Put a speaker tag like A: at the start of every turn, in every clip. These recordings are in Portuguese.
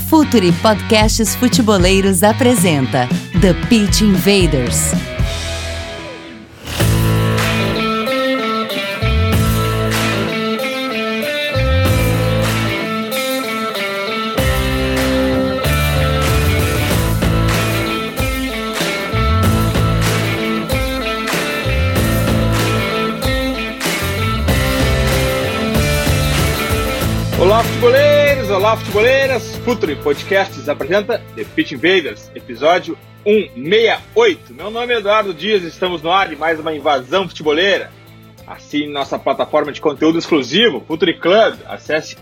A: Futuri Podcasts Futeboleiros apresenta The Pitch Invaders.
B: Olá, futeboleiros! Olá, futeboleiras! Futuri Podcasts apresenta The Pitch Invaders, episódio 168. Meu nome é Eduardo Dias e estamos no ar de mais uma invasão futeboleira. Assine nossa plataforma de conteúdo exclusivo, Futuri Club. Acesse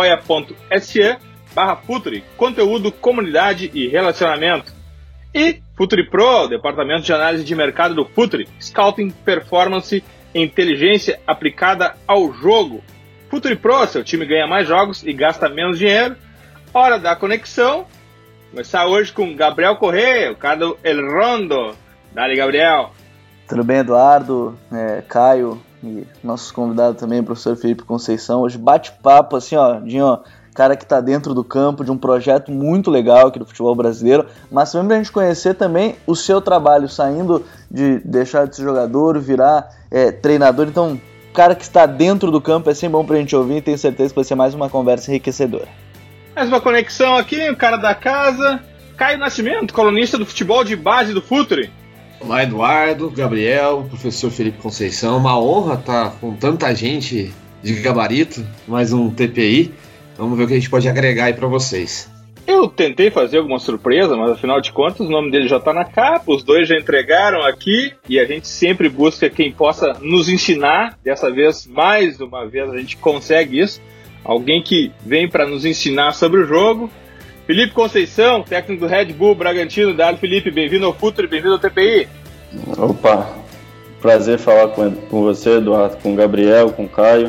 B: apoia.se/Futuri, conteúdo, comunidade e relacionamento. E Futuri Pro, departamento de análise de mercado do Futuri, Scouting, Performance e inteligência aplicada ao jogo. Futuri Pro, seu time ganha mais jogos e gasta menos dinheiro. Hora da conexão. Começar hoje com Gabriel Correia, o cara do El Rondo. Dale, Gabriel.
C: Tudo bem, Eduardo, Caio e nossos convidados também, o professor Felipe Conceição. Hoje bate-papo, assim, ó, Dinho, cara que tá dentro do campo de um projeto muito legal aqui do futebol brasileiro, mas também pra gente conhecer também o seu trabalho, saindo de deixar de ser jogador, virar treinador. Então, cara que está dentro do campo é sempre bom pra gente ouvir e tenho certeza que vai ser mais uma conversa enriquecedora.
B: Mais uma conexão aqui, o cara da casa, Caio Nascimento, colunista do futebol de base do Futuri.
D: Olá, Eduardo, Gabriel, professor Felipe Conceição, uma honra estar com tanta gente de gabarito, mais um TPI, vamos ver o que a gente pode agregar aí para vocês.
B: Eu tentei fazer alguma surpresa, mas afinal de contas o nome dele já está na capa, os dois já entregaram aqui e a gente sempre busca quem possa nos ensinar. Dessa vez, mais uma vez, a gente consegue isso. Alguém que vem para nos ensinar sobre o jogo. Felipe Conceição, técnico do Red Bull Bragantino. Dado, Felipe, bem-vindo ao Futuri, bem-vindo ao TPI.
E: Opa, prazer falar com você, Eduardo, com o Gabriel, com o Caio.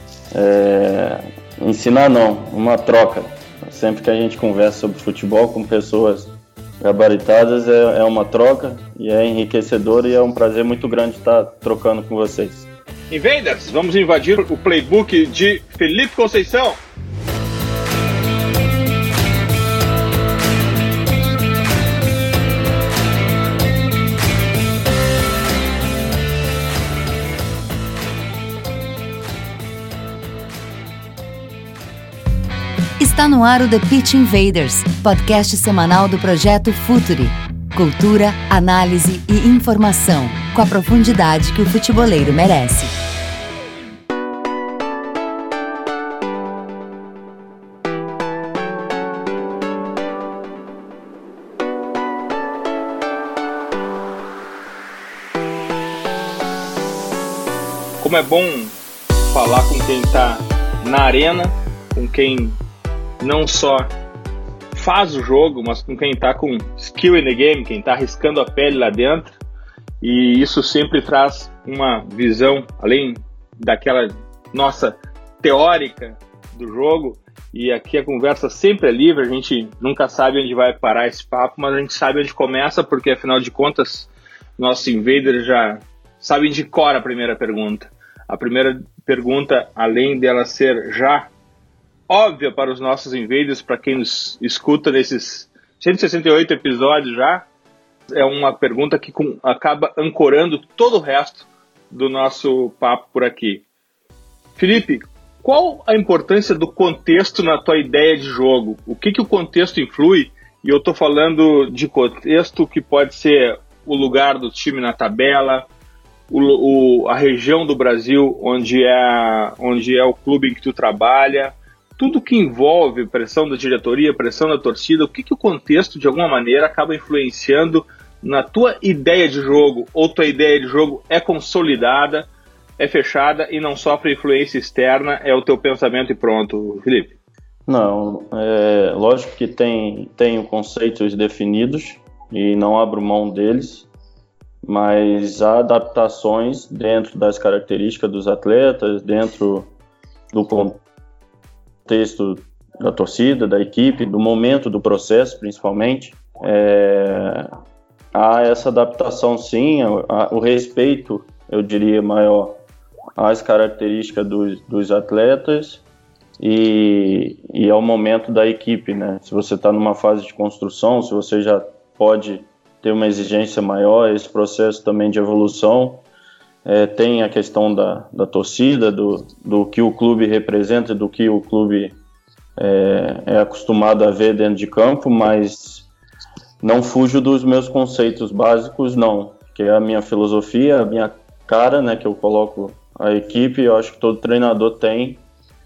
E: Ensinar não, uma troca. Sempre que a gente conversa sobre futebol com pessoas gabaritadas é uma troca e é enriquecedor e é um prazer muito grande estar trocando com vocês.
B: Invaders, vamos invadir o playbook de Felipe Conceição.
A: Está no ar o The Pitch Invaders, podcast semanal do projeto Futuri. Cultura, análise e informação, com a profundidade que o futeboleiro merece.
B: Como é bom falar com quem está na arena, com quem não só faz o jogo, mas com quem está com skill in the game, quem está arriscando a pele lá dentro, e isso sempre traz uma visão, além daquela nossa teórica do jogo, e aqui a conversa sempre é livre, a gente nunca sabe onde vai parar esse papo, mas a gente sabe onde começa, porque afinal de contas, nossos invaders já sabem de cor a primeira pergunta. A primeira pergunta, além dela ser já óbvia para os nossos invaders, para quem nos escuta nesses 168 episódios já, é uma pergunta que acaba ancorando todo o resto do nosso papo por aqui. Felipe, qual a importância do contexto na tua ideia de jogo? O que o contexto influi? E eu estou falando de contexto que pode ser o lugar do time na tabela, a região do Brasil onde é o clube em que tu trabalha, tudo que envolve pressão da diretoria, pressão da torcida, o que o contexto, de alguma maneira, acaba influenciando na tua ideia de jogo, ou tua ideia de jogo é consolidada, é fechada e não sofre influência externa, é o teu pensamento e pronto, Felipe?
E: Não, lógico que tem conceitos definidos e não abro mão deles, mas há adaptações dentro das características dos atletas, dentro do contexto da torcida, da equipe, do momento do processo, principalmente. Há essa adaptação, sim, o respeito, eu diria, maior às características dos atletas e é o momento da equipe, né? Se você está numa fase de construção, se você já pode ter uma exigência maior, esse processo também de evolução, tem a questão da torcida, do que o clube representa, do que o clube é acostumado a ver dentro de campo, mas não fujo dos meus conceitos básicos, não, que é a minha filosofia, a minha cara, né, que eu coloco a equipe. Eu acho que todo treinador tem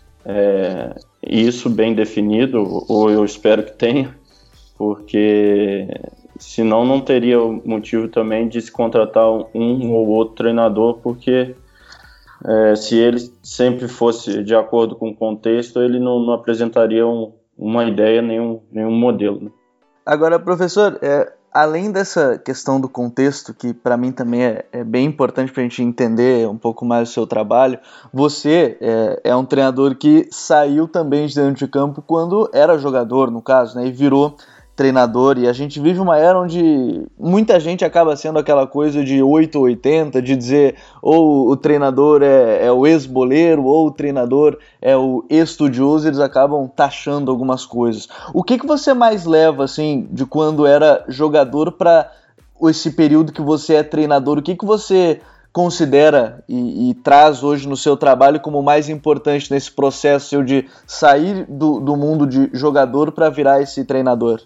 E: isso bem definido, ou eu espero que tenha, porque senão não teria motivo também de se contratar um ou outro treinador, porque se ele sempre fosse de acordo com o contexto, ele não apresentaria uma ideia, nenhum modelo, né?
C: Agora, professor, além dessa questão do contexto, que para mim também é bem importante para a gente entender um pouco mais o seu trabalho, você é um treinador que saiu também de dentro de campo quando era jogador, no caso, né, e virou treinador, e a gente vive uma era onde muita gente acaba sendo aquela coisa de 8 ou 80, de dizer ou o treinador é o ex-boleiro, ou o treinador é o estudioso, eles acabam taxando algumas coisas. O que você mais leva, assim, de quando era jogador para esse período que você é treinador? O que você considera e traz hoje no seu trabalho como mais importante nesse processo seu de sair do mundo de jogador para virar esse treinador?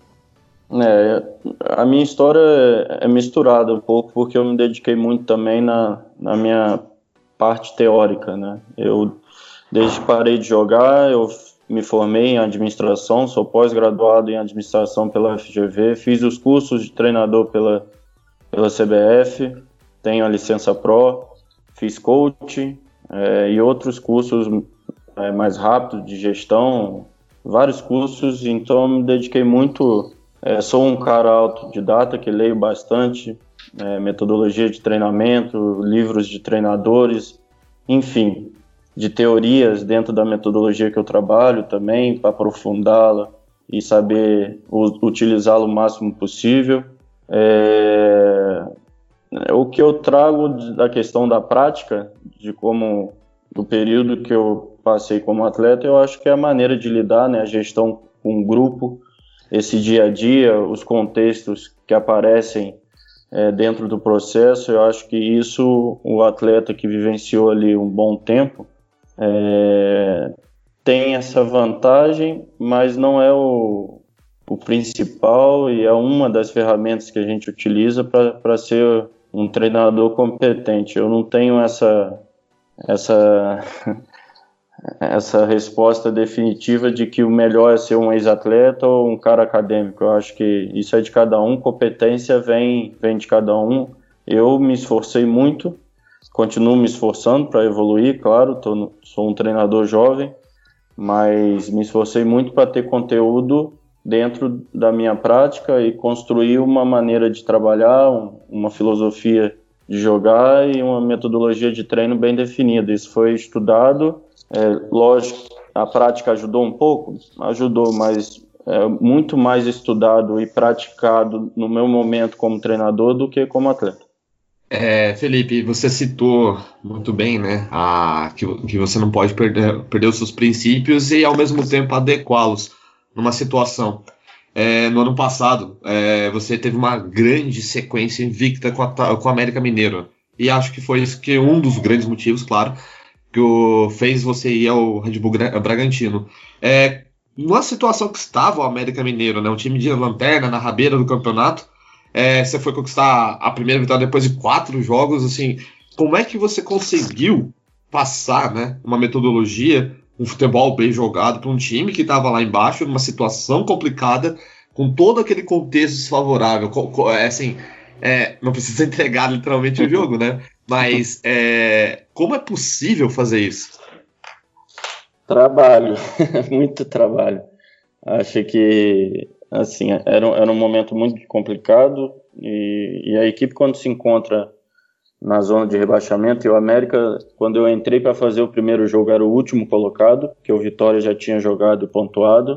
E: A minha história é misturada um pouco, porque eu me dediquei muito também na minha parte teórica, né? Eu, desde que parei de jogar, eu me formei em administração, sou pós-graduado em administração pela FGV, fiz os cursos de treinador pela CBF, tenho a licença Pro, fiz coach e outros cursos mais rápidos de gestão, vários cursos, então eu me dediquei muito. Sou um cara autodidata que leio bastante, metodologia de treinamento, livros de treinadores, enfim, de teorias dentro da metodologia que eu trabalho também, para aprofundá-la e saber utilizá-la o máximo possível. O que eu trago da questão da prática, do período que eu passei como atleta, eu acho que é a maneira de lidar, né, a gestão com o grupo, esse dia a dia, os contextos que aparecem dentro do processo. Eu acho que isso, o atleta que vivenciou ali um bom tempo, tem essa vantagem, mas não é o principal, e é uma das ferramentas que a gente utiliza para ser um treinador competente. Eu não tenho essa resposta definitiva de que o melhor é ser um ex-atleta ou um cara acadêmico. Eu acho que isso é de cada um, competência vem de cada um. Eu me esforcei muito, continuo me esforçando para evoluir, claro, sou um treinador jovem, mas me esforcei muito para ter conteúdo dentro da minha prática e construir uma maneira de trabalhar, uma filosofia de jogar e uma metodologia de treino bem definida. Isso foi estudado. Lógico, a prática ajudou um pouco? Ajudou, mas é muito mais estudado e praticado no meu momento como treinador do que como atleta.
D: Felipe, você citou muito bem, né, que você não pode perder os seus princípios e ao mesmo tempo adequá-los numa situação. No ano passado, você teve uma grande sequência invicta com o América Mineiro, e acho que foi isso que um dos grandes motivos, claro, que fez você ir ao Red Bull Bragantino. Numa situação que estava o América Mineiro, né, um time de lanterna na rabeira do campeonato, você foi conquistar a primeira vitória depois de 4 jogos. Assim, como é que você conseguiu passar, né, uma metodologia, um futebol bem jogado para um time que estava lá embaixo, numa situação complicada, com todo aquele contexto desfavorável? Não precisa entregar literalmente o jogo, né? Mas como é possível fazer isso?
E: Trabalho, muito trabalho. Acho que assim, era um momento muito complicado e a equipe, quando se encontra na zona de rebaixamento, e o América, quando eu entrei para fazer o primeiro jogo, era o último colocado, que o Vitória já tinha jogado e pontuado.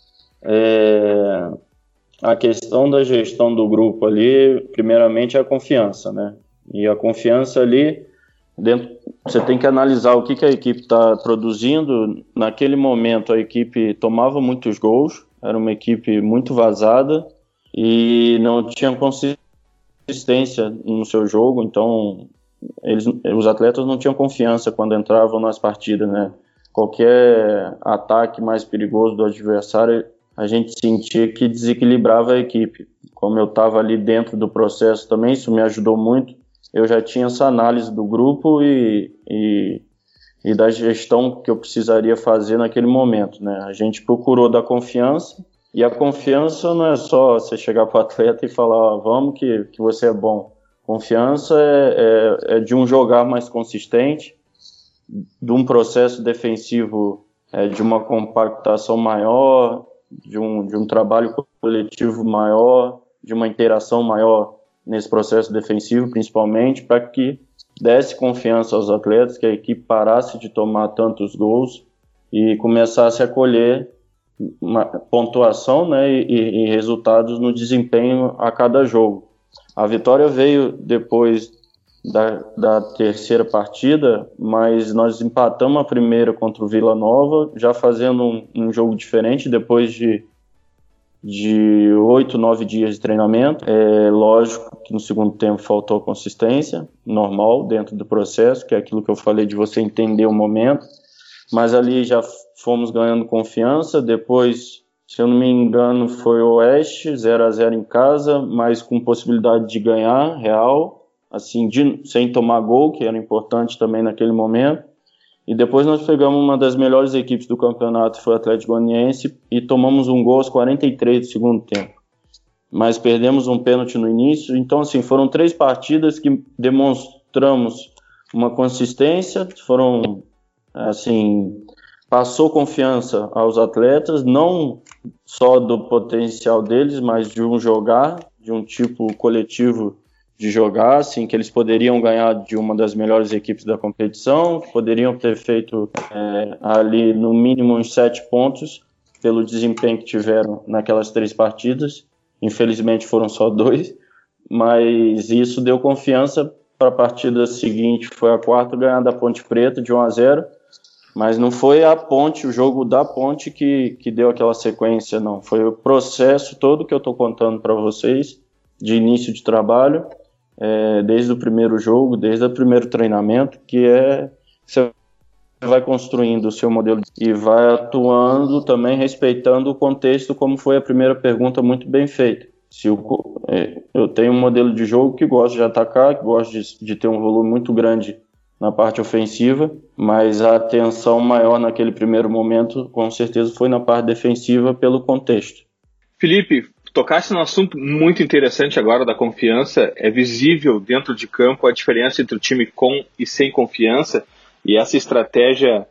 E: A questão da gestão do grupo ali, primeiramente, é a confiança, né? E a confiança ali você tem que analisar o que a equipe está produzindo. Naquele momento a equipe tomava muitos gols, era uma equipe muito vazada e não tinha consistência no seu jogo, então os atletas não tinham confiança quando entravam nas partidas, né? Qualquer ataque mais perigoso do adversário, a gente sentia que desequilibrava a equipe. Como eu estava ali dentro do processo também, isso me ajudou muito. Eu já tinha essa análise do grupo e da gestão que eu precisaria fazer naquele momento, né? A gente procurou dar confiança, e a confiança não é só você chegar para o atleta e falar, vamos que você é bom. Confiança é de um jogar mais consistente, de um processo defensivo, de uma compactação maior, de um trabalho coletivo maior, de uma interação maior nesse processo defensivo, principalmente, para que desse confiança aos atletas, que a equipe parasse de tomar tantos gols e começasse a colher uma pontuação, né, e resultados no desempenho a cada jogo. A vitória veio depois da terceira partida, mas nós empatamos a primeira contra o Vila Nova, já fazendo um jogo diferente depois de 8, 9 dias de treinamento. É lógico que no segundo tempo faltou consistência, normal, dentro do processo, que é aquilo que eu falei de você entender o momento, mas ali já fomos ganhando confiança. Depois, se eu não me engano, foi o Oeste, 0-0 em casa, mas com possibilidade de ganhar, real, assim, sem tomar gol, que era importante também naquele momento. E depois nós pegamos uma das melhores equipes do campeonato, foi o Atlético Goianiense, e tomamos um gol aos 43 do segundo tempo. Mas perdemos um pênalti no início. Então, assim, foram 3 partidas que demonstramos uma consistência, foram, assim, passou confiança aos atletas, não só do potencial deles, mas de um jogar, de um tipo coletivo de jogar, assim, que eles poderiam ganhar de uma das melhores equipes da competição, que poderiam ter feito ali no mínimo uns 7 pontos pelo desempenho que tiveram naquelas 3 partidas. Infelizmente foram só 2, mas isso deu confiança para a partida seguinte, foi a 4, ganhar da Ponte Preta de 1-0, mas não foi a Ponte, o jogo da Ponte que deu aquela sequência, não. Foi o processo todo que eu estou contando para vocês, de início de trabalho, desde o primeiro jogo, desde o primeiro treinamento, que você vai construindo o seu modelo e vai atuando também respeitando o contexto, como foi a primeira pergunta muito bem feita. Eu tenho um modelo de jogo que gosto de atacar, que gosto de ter um volume muito grande na parte ofensiva, mas a atenção maior naquele primeiro momento, com certeza, foi na parte defensiva pelo contexto.
B: Felipe, tocasse num assunto muito interessante agora da confiança. É visível dentro de campo a diferença entre o time com e sem confiança, e essa estratégia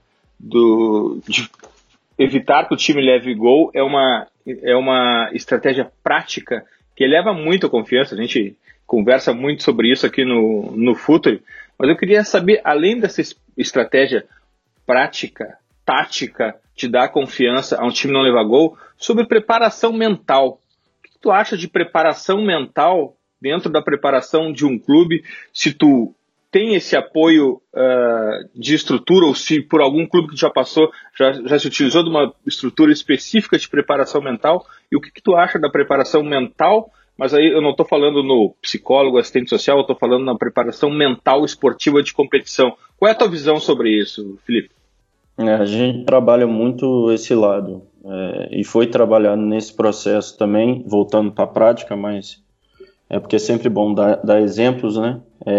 B: de evitar que o time leve gol é uma estratégia prática que eleva muito a confiança. A gente conversa muito sobre isso aqui no Futuri, mas eu queria saber, além dessa estratégia prática, tática, de dar confiança a um time não levar gol, sobre preparação mental. O que tu acha de preparação mental dentro da preparação de um clube? Se tu tem esse apoio de estrutura, ou se por algum clube que já passou, já se utilizou de uma estrutura específica de preparação mental, e o que tu acha da preparação mental? Mas aí eu não estou falando no psicólogo, assistente social, eu estou falando na preparação mental esportiva de competição. Qual é a tua visão sobre isso, Felipe?
E: A gente trabalha muito esse lado, e foi trabalhando nesse processo também, voltando para a prática, mas é porque é sempre bom dar exemplos, né?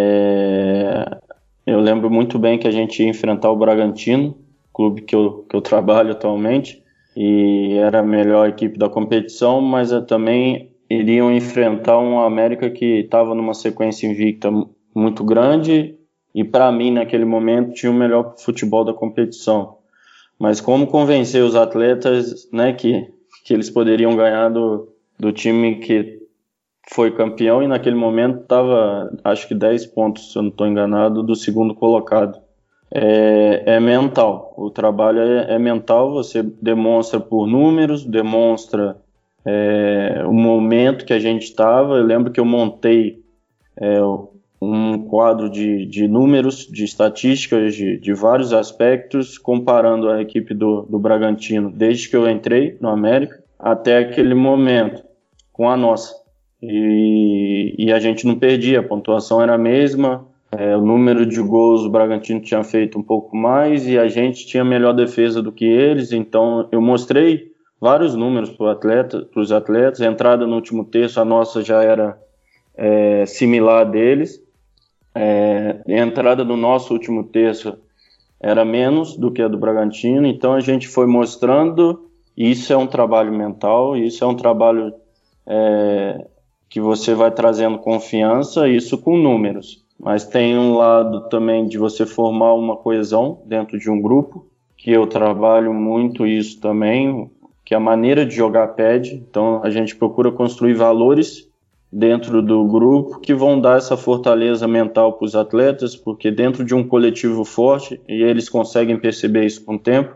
E: Eu lembro muito bem que a gente ia enfrentar o Bragantino, clube que eu trabalho atualmente, e era a melhor equipe da competição, mas também iriam enfrentar um América que estava numa sequência invicta muito grande, e para mim, naquele momento, tinha o melhor futebol da competição. Mas como convencer os atletas, né, que eles poderiam ganhar do time que foi campeão, e naquele momento estava, acho que 10 pontos, se eu não estou enganado, do segundo colocado. É mental, o trabalho é mental, você demonstra por números, demonstra o momento que a gente estava. Eu lembro que eu montei um quadro de números, de estatísticas, de vários aspectos, comparando a equipe do Bragantino, desde que eu entrei no América até aquele momento, com a nossa. E a gente não perdia, a pontuação era a mesma, o número de gols o Bragantino tinha feito um pouco mais e a gente tinha melhor defesa do que eles, então eu mostrei vários números para os atletas, a entrada no último terço, a nossa já era similar a deles, a entrada do nosso último terço era menos do que a do Bragantino, então a gente foi mostrando, isso é um trabalho mental, isso é um trabalho que você vai trazendo confiança, isso com números, mas tem um lado também de você formar uma coesão dentro de um grupo, que eu trabalho muito isso também, que a maneira de jogar pede, então a gente procura construir valores dentro do grupo que vão dar essa fortaleza mental para os atletas, porque dentro de um coletivo forte, e eles conseguem perceber isso com o tempo,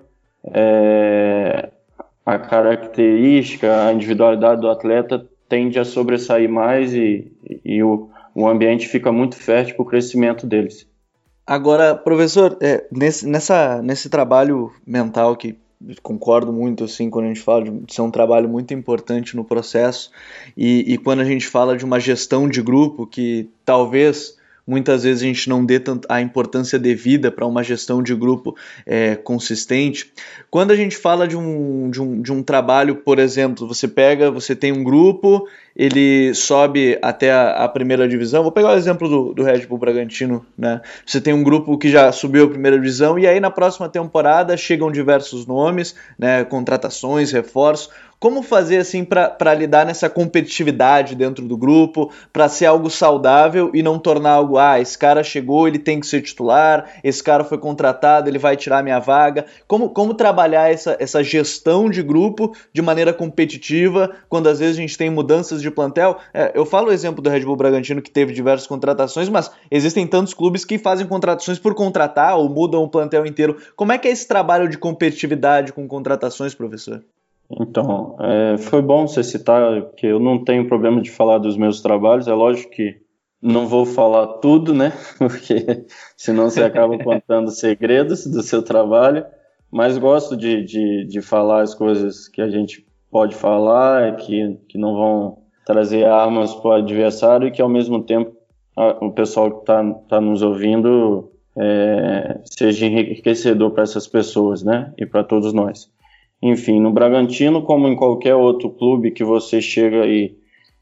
E: a característica, a individualidade do atleta tende a sobressair mais e o ambiente fica muito fértil para o crescimento deles.
C: Agora, professor, nesse trabalho mental que concordo muito assim, quando a gente fala de ser um trabalho muito importante no processo e quando a gente fala de uma gestão de grupo que talvez muitas vezes a gente não dê a importância devida para uma gestão de grupo consistente. Quando a gente fala de um trabalho, por exemplo, você tem um grupo, ele sobe até a primeira divisão. Vou pegar o exemplo do Red Bull Bragantino, né? Você tem um grupo que já subiu a primeira divisão e aí na próxima temporada chegam diversos nomes, né? Contratações, reforços. Como fazer assim para lidar nessa competitividade dentro do grupo, para ser algo saudável e não tornar algo, esse cara chegou, ele tem que ser titular, esse cara foi contratado, ele vai tirar minha vaga. Como trabalhar essa gestão de grupo de maneira competitiva, quando às vezes a gente tem mudanças de plantel? Eu falo o exemplo do Red Bull Bragantino, que teve diversas contratações, mas existem tantos clubes que fazem contratações por contratar ou mudam o plantel inteiro. Como é que é esse trabalho de competitividade com contratações, professor?
E: Então, foi bom você citar que eu não tenho problema de falar dos meus trabalhos, é lógico que não vou falar tudo, né, porque senão você acaba contando segredos do seu trabalho, mas gosto de falar as coisas que a gente pode falar, que não vão trazer armas para o adversário e que ao mesmo tempo o pessoal que tá nos ouvindo seja enriquecedor para essas pessoas, né, e para todos nós. Enfim, no Bragantino, como em qualquer outro clube que você chega e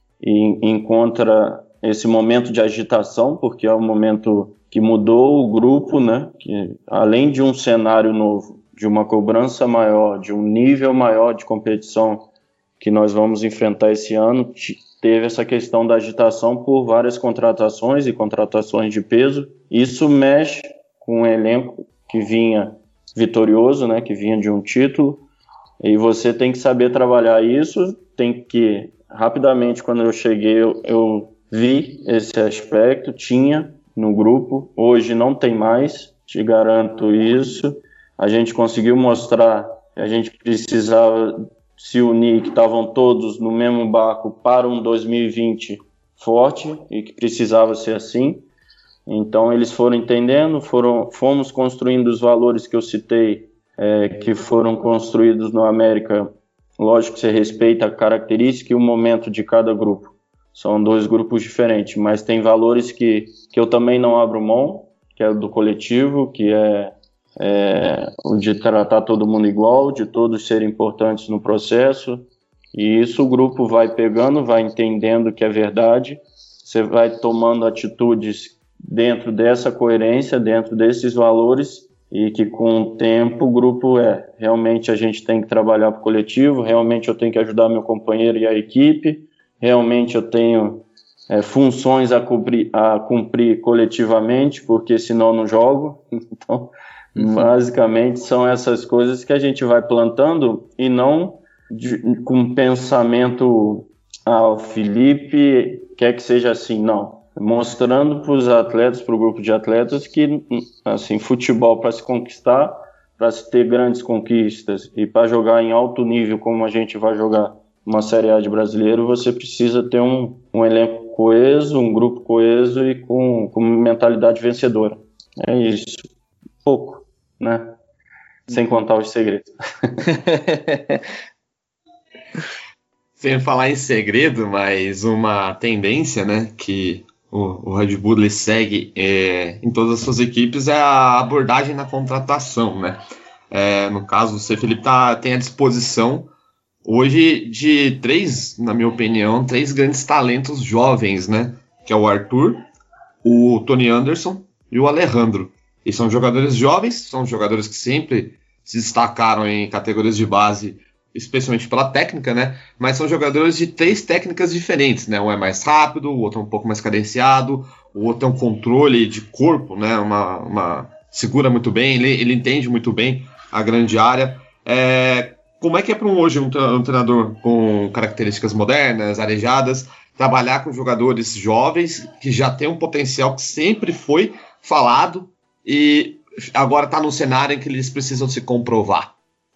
E: encontra esse momento de agitação, porque é um momento que mudou o grupo, né? Que, além de um cenário novo, de uma cobrança maior, de um nível maior de competição que nós vamos enfrentar esse ano, teve essa questão da agitação por várias contratações e contratações de peso. Isso mexe com um elenco que vinha vitorioso, né? Que vinha de um título. E você tem que saber trabalhar isso, tem que, rapidamente, quando eu cheguei, eu vi esse aspecto, tinha no grupo, hoje não tem mais, te garanto isso. A gente conseguiu mostrar que a gente precisava se unir, que estavam todos no mesmo barco para um 2020 forte e que precisava ser assim. Então eles foram entendendo, fomos construindo os valores que eu citei, que foram construídos no América. Lógico que você respeita a característica e o momento de cada grupo. São dois grupos diferentes, mas tem valores que eu também não abro mão, que é o do coletivo, que é o de tratar todo mundo igual, de todos serem importantes no processo. E isso o grupo vai pegando, vai entendendo que é verdade. Você vai tomando atitudes dentro dessa coerência, dentro desses valores, e que com o tempo o grupo realmente a gente tem que trabalhar para o coletivo, realmente eu tenho que ajudar meu companheiro e a equipe, realmente eu tenho funções a cumprir coletivamente, porque senão eu não jogo. Então, basicamente são essas coisas que a gente vai plantando e não com pensamento, o Felipe quer que seja assim, não. Mostrando para os atletas, para o grupo de atletas, que assim, futebol para se conquistar, para se ter grandes conquistas e para jogar em alto nível como a gente vai jogar uma Série A de brasileiro, você precisa ter um elenco coeso, um grupo coeso e com mentalidade vencedora. É isso. Pouco, né? Sem contar os segredos.
D: Sem falar em segredo, mas uma tendência, né, que o Red Bull ele segue em todas as suas equipes é a abordagem na contratação, né? No caso, você, Felipe, tem à disposição hoje de na minha opinião, três grandes talentos jovens, né? Que é o Arthur, o Tony Anderson e o Alejandro. E são jogadores jovens, são jogadores que sempre se destacaram em categorias de base, especialmente pela técnica, né? Mas são jogadores de três técnicas diferentes, né? Um é mais rápido, o outro é um pouco mais cadenciado, o outro é um controle de corpo, né? Segura muito bem, ele entende muito bem a grande área. Como é que é hoje um treinador com características modernas, arejadas, trabalhar com jogadores jovens que já têm um potencial que sempre foi falado e agora está num cenário em que eles precisam se comprovar?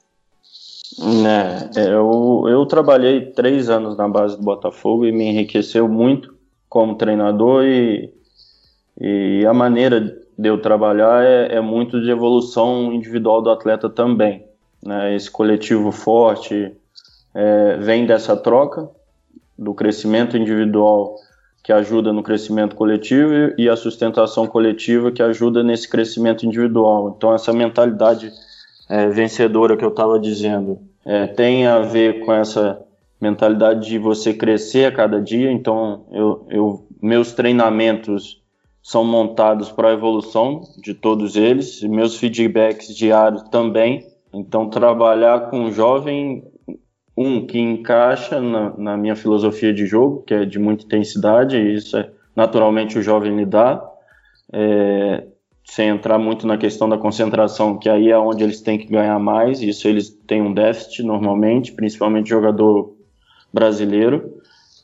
E: Eu trabalhei 3 anos na base do Botafogo e me enriqueceu muito como treinador e a maneira de eu trabalhar é muito de evolução individual do atleta também, né? Esse coletivo forte vem dessa troca do crescimento individual que ajuda no crescimento coletivo e a sustentação coletiva que ajuda nesse crescimento individual. Então essa mentalidade vencedora que eu estava dizendo tem a ver com essa mentalidade de você crescer a cada dia. Então meus treinamentos são montados para a evolução de todos eles, e meus feedbacks diários também. Então trabalhar com um jovem que encaixa na minha filosofia de jogo, que é de muita intensidade, e isso naturalmente o jovem lhe dá, sem entrar muito na questão da concentração, que aí é onde eles têm que ganhar mais, isso eles têm um déficit normalmente, principalmente jogador brasileiro,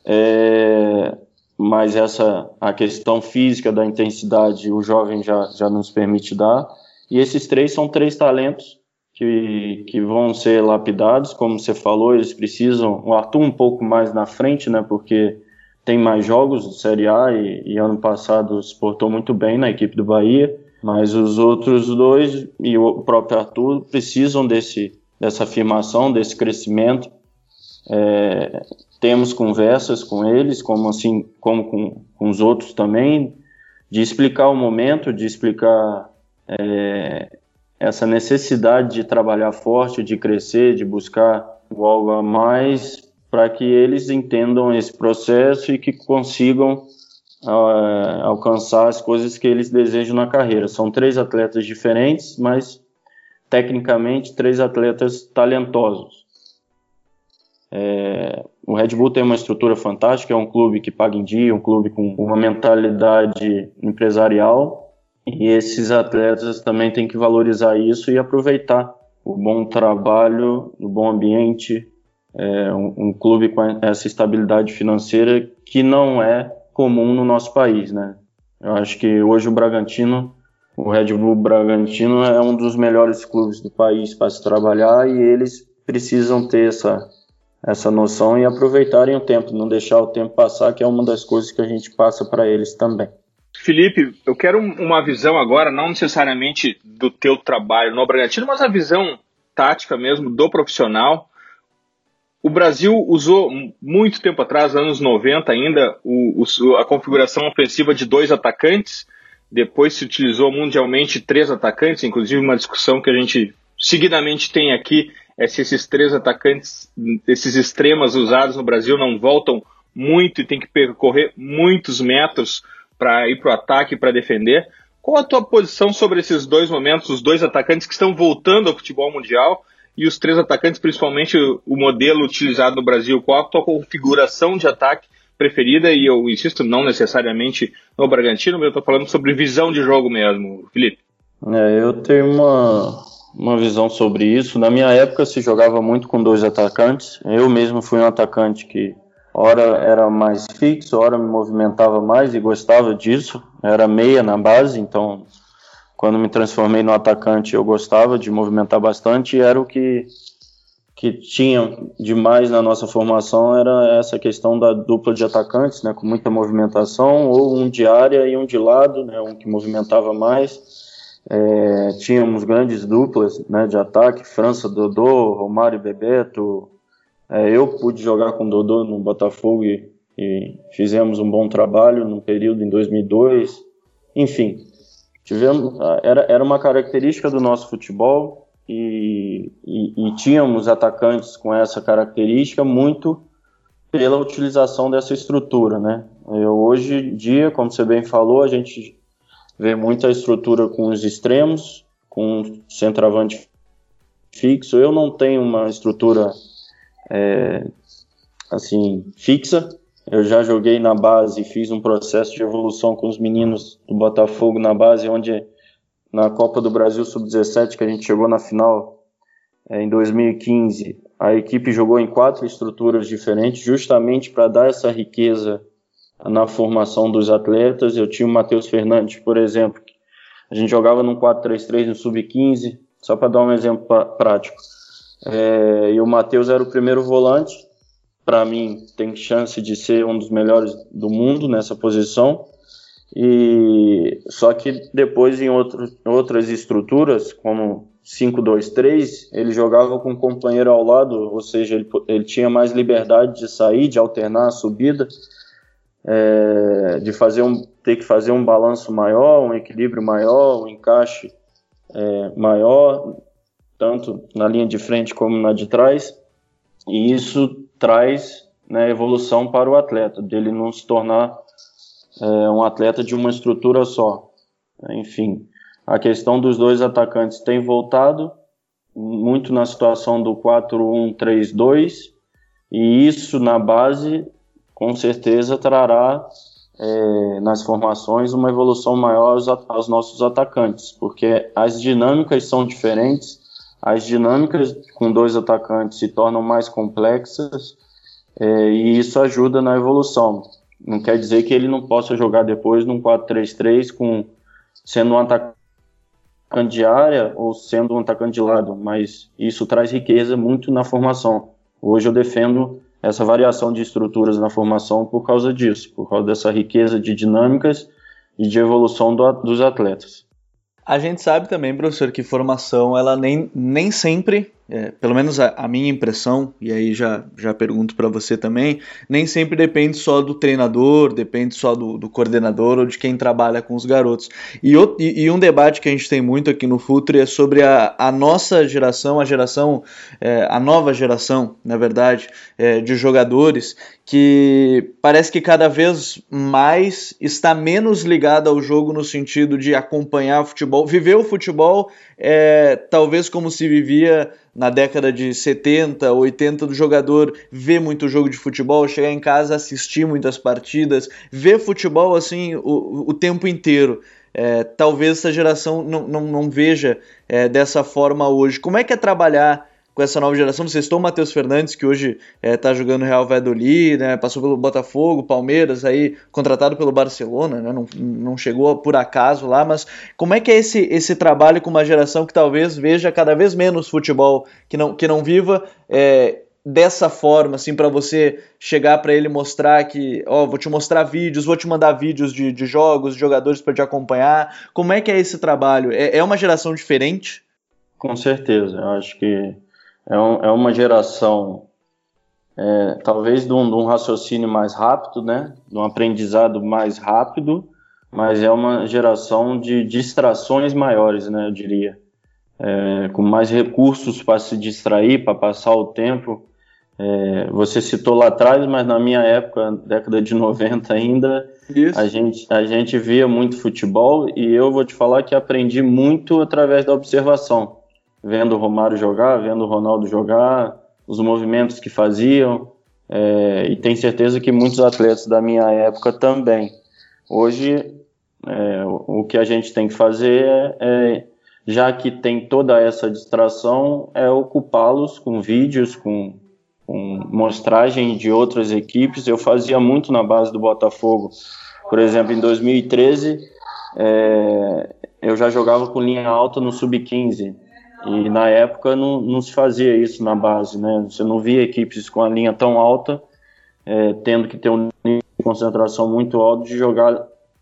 E: mas a questão física da intensidade o jovem já nos permite dar, e esses três são 3 talentos que vão ser lapidados, como você falou, eles precisam, o Arthur um pouco mais na frente, né, porque tem mais jogos de Série A e ano passado se portou muito bem na equipe do Bahia, mas os outros 2 e o próprio Arthur precisam dessa afirmação, desse crescimento. Temos conversas com eles, como com os outros também, de explicar o momento, de explicar essa necessidade de trabalhar forte, de crescer, de buscar algo a mais, para que eles entendam esse processo e que consigam alcançar as coisas que eles desejam na carreira. São 3 atletas diferentes, mas tecnicamente 3 atletas talentosos. O Red Bull tem uma estrutura fantástica, é um clube que paga em dia, um clube com uma mentalidade empresarial, e esses atletas também têm que valorizar isso e aproveitar o bom trabalho, o bom ambiente, um clube com essa estabilidade financeira que não é comum no nosso país, né? Eu acho que hoje o Red Bull Bragantino é um dos melhores clubes do país para se trabalhar, e eles precisam ter essa noção e aproveitarem o tempo, não deixar o tempo passar, que é uma das coisas que a gente passa para eles também.
B: Felipe, eu quero uma visão agora, não necessariamente do teu trabalho no Bragantino, mas a visão tática mesmo do profissional. O Brasil usou muito tempo atrás, anos 90 ainda, a configuração ofensiva de 2 atacantes. Depois se utilizou mundialmente 3 atacantes, inclusive uma discussão que a gente seguidamente tem aqui é se esses 3 atacantes, esses extremas usados no Brasil não voltam muito e tem que percorrer muitos metros para ir para o ataque e para defender. Qual a tua posição sobre esses 2 momentos, os 2 atacantes que estão voltando ao futebol mundial e os 3 atacantes, principalmente o modelo utilizado no Brasil? Qual a tua configuração de ataque preferida? E eu insisto, não necessariamente no Bragantino, mas eu estou falando sobre visão de jogo mesmo, Felipe.
E: Eu tenho uma visão sobre isso. Na minha época se jogava muito com 2 atacantes. Eu mesmo fui um atacante que ora era mais fixo, ora me movimentava mais e gostava disso. Era meia na base, então quando me transformei no atacante eu gostava de movimentar bastante, e era o que que tinha demais na nossa formação era essa questão da dupla de atacantes, né, com muita movimentação, ou um de área e um de lado, né, um que movimentava mais. Tínhamos grandes duplas, né, de ataque, França, Dodô, Romário e Bebeto. Eu pude jogar com Dodô no Botafogo e fizemos um bom trabalho no período em 2002. Enfim, era uma característica do nosso futebol. E tínhamos atacantes com essa característica muito pela utilização dessa estrutura, né? Hoje em dia, como você bem falou, a gente vê muita estrutura com os extremos, com centroavante fixo. Eu não tenho uma estrutura assim fixa. Eu já joguei na base e fiz um processo de evolução com os meninos do Botafogo na base, onde na Copa do Brasil Sub-17, que a gente chegou na final em 2015, a equipe jogou em 4 estruturas diferentes, justamente para dar essa riqueza na formação dos atletas. Eu tinha o Matheus Fernandes, por exemplo, a gente jogava num 4-3-3 no Sub-15, só para dar um exemplo prático. E o Matheus era o primeiro volante, para mim tem chance de ser um dos melhores do mundo nessa posição. Só que depois em outras estruturas, como 5-2-3, ele jogava com um companheiro ao lado, ou seja, ele tinha mais liberdade de sair, de alternar a subida, de ter que fazer um balanço maior, um equilíbrio maior, um encaixe maior, tanto na linha de frente como na de trás, e isso traz, né, evolução para o atleta, dele não se tornar um atleta de uma estrutura só. Enfim, a questão dos 2 atacantes tem voltado muito na situação do 4-1-3-2, e isso na base com certeza trará nas formações uma evolução maior aos nossos atacantes, porque as dinâmicas são diferentes, as dinâmicas com 2 atacantes se tornam mais complexas, e isso ajuda na evolução. Não quer dizer que ele não possa jogar depois num 4-3-3 sendo um atacante de área ou sendo um atacante de lado, mas isso traz riqueza muito na formação. Hoje eu defendo essa variação de estruturas na formação por causa disso, por causa dessa riqueza de dinâmicas e de evolução dos atletas.
C: A gente sabe também, professor, que formação ela nem sempre, pelo menos a minha impressão, e aí já pergunto para você também, nem sempre depende só do treinador, depende só do coordenador ou de quem trabalha com os garotos. E um debate que a gente tem muito aqui no Futuri é sobre a nossa geração, a nova geração, na verdade, de jogadores que parece que cada vez mais está menos ligada ao jogo no sentido de acompanhar o futebol, viver o futebol talvez como se vivia na década de 70, 80, do jogador ver muito jogo de futebol, chegar em casa, assistir muitas partidas, ver futebol assim o tempo inteiro. Talvez essa geração não veja dessa forma hoje. Como é que é trabalhar com essa nova geração? Vocês estão o Matheus Fernandes, que hoje está jogando no Real Valladolid, né, passou pelo Botafogo, Palmeiras, aí contratado pelo Barcelona, né, não chegou por acaso lá, mas como é que é esse trabalho com uma geração que talvez veja cada vez menos futebol, que não viva dessa forma, assim, para você chegar para ele mostrar que, vou te mostrar vídeos, vou te mandar vídeos de jogos, de jogadores para te acompanhar? Como é que é esse trabalho? É uma geração diferente?
E: Com certeza, eu acho que é uma geração, talvez de um raciocínio mais rápido, né? De um aprendizado mais rápido, mas é uma geração de distrações maiores, né? Eu diria. Com mais recursos para se distrair, para passar o tempo. Você citou lá atrás, mas na minha época, década de 90 ainda, a gente via muito futebol, e eu vou te falar que aprendi muito através da observação. Vendo o Romário jogar, vendo o Ronaldo jogar, os movimentos que faziam, e tenho certeza que muitos atletas da minha época também. Hoje, o que a gente tem que fazer já que tem toda essa distração, é ocupá-los com vídeos, com mostragem de outras equipes. Eu fazia muito na base do Botafogo. Por exemplo, em 2013, eu já jogava com linha alta no Sub-15. E na época não se fazia isso na base, né? Você não via equipes com a linha tão alta, tendo que ter um nível de concentração muito alto de jogar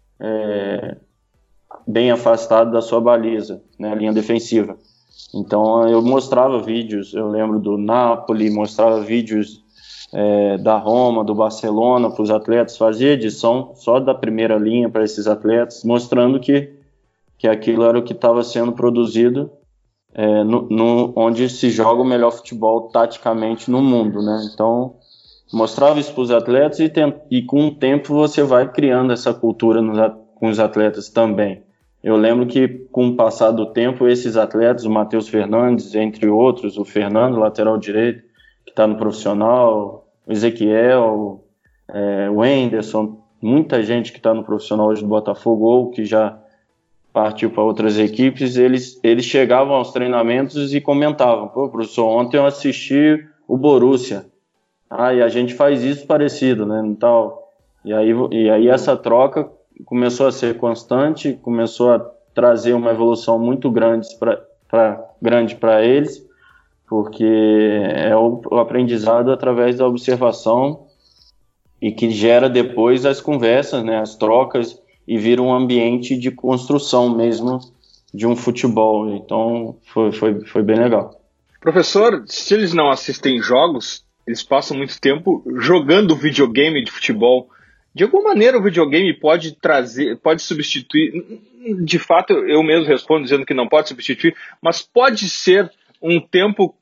E: bem afastado da sua baliza, né? A linha defensiva. Então eu mostrava vídeos, eu lembro do Napoli, mostrava vídeos da Roma, do Barcelona para os atletas, fazia edição só da primeira linha para esses atletas, mostrando que aquilo era o que estava sendo produzido onde se joga o melhor futebol taticamente no mundo, né? Então mostrava isso para os atletas e com o tempo você vai criando essa cultura com os atletas também. Eu lembro que com o passar do tempo esses atletas, o Matheus Fernandes, entre outros, o Fernando, lateral direito, que está no profissional, o Ezequiel, o Anderson, muita gente que está no profissional hoje do Botafogo ou que já partiu para outras equipes, eles chegavam aos treinamentos e comentavam: pô, professor, ontem eu assisti o Borussia, e a gente faz isso parecido, né, e tal. E aí essa troca começou a ser constante, começou a trazer uma evolução muito grande para eles, porque é o aprendizado através da observação e que gera depois as conversas, né, as trocas, e vira um ambiente de construção mesmo de um futebol. Então foi bem legal.
B: Professor, se eles não assistem jogos, eles passam muito tempo jogando videogame de futebol. De alguma maneira o videogame pode substituir, de fato eu mesmo respondo dizendo que não pode substituir, mas pode ser um tempo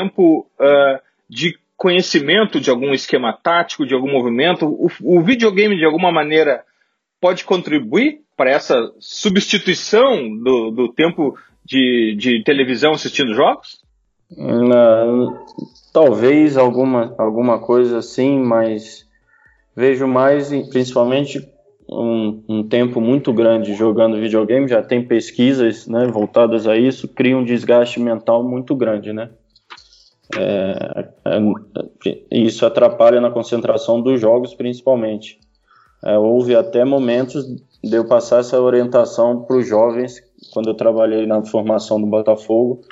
B: de conhecimento de algum esquema tático, de algum movimento. O videogame de alguma maneira pode contribuir para essa substituição do tempo de televisão assistindo jogos?
E: Talvez alguma coisa assim, mas vejo mais, principalmente, um tempo muito grande jogando videogame. Já tem pesquisas, né, voltadas a isso, cria um desgaste mental muito grande, né? Isso atrapalha na concentração dos jogos, principalmente. Houve até momentos de eu passar essa orientação para os jovens, quando eu trabalhei na formação do Botafogo,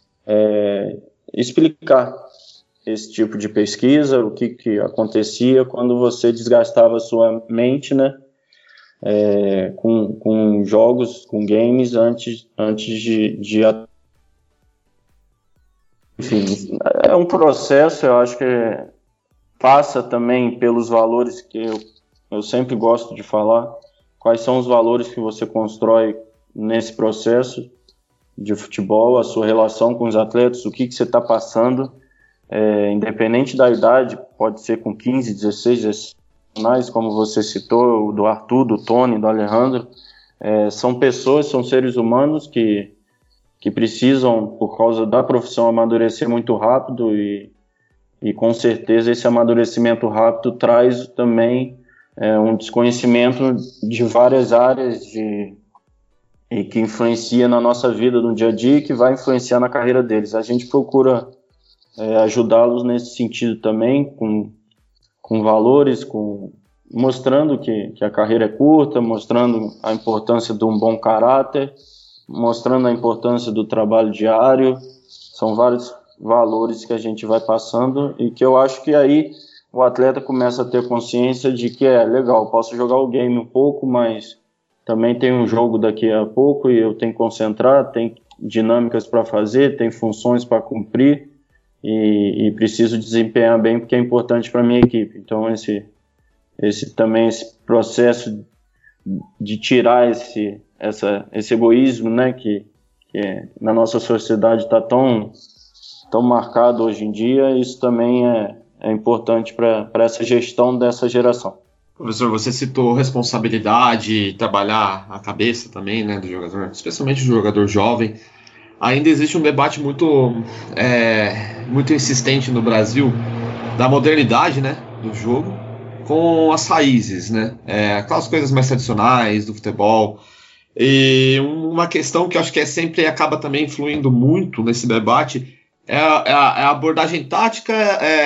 E: explicar esse tipo de pesquisa, o que acontecia quando você desgastava a sua mente, né, com jogos, com games, antes de... Enfim, é um processo, eu acho que passa também pelos valores que eu sempre gosto de falar, quais são os valores que você constrói nesse processo de futebol, a sua relação com os atletas, o que você está passando, independente da idade, pode ser com 15, 16, 17, como você citou, do Arthur, do Tony, do Alejandro, são pessoas, são seres humanos que precisam, por causa da profissão, amadurecer muito rápido e com certeza esse amadurecimento rápido traz também um desconhecimento de várias áreas e que influencia na nossa vida no dia a dia e que vai influenciar na carreira deles. A gente procura ajudá-los nesse sentido também, com valores, mostrando que a carreira é curta, mostrando a importância de um bom caráter, mostrando a importância do trabalho diário. São vários valores que a gente vai passando e que eu acho que aí o atleta começa a ter consciência de que legal, posso jogar o game um pouco, mas também tem um jogo daqui a pouco e eu tenho que concentrar, tem dinâmicas para fazer, tem funções para cumprir e preciso desempenhar bem porque é importante para a minha equipe. Então esse processo de tirar esse egoísmo, né, que na nossa sociedade está tão marcado hoje em dia, isso também é importante para essa gestão dessa geração.
D: Professor, você citou responsabilidade, trabalhar a cabeça também, né, do jogador, especialmente do jogador jovem. Ainda existe um debate muito insistente no Brasil da modernidade, né, do jogo com as raízes, né, aquelas coisas mais tradicionais do futebol. E uma questão que eu acho que sempre acaba também influindo muito nesse debate é a abordagem tática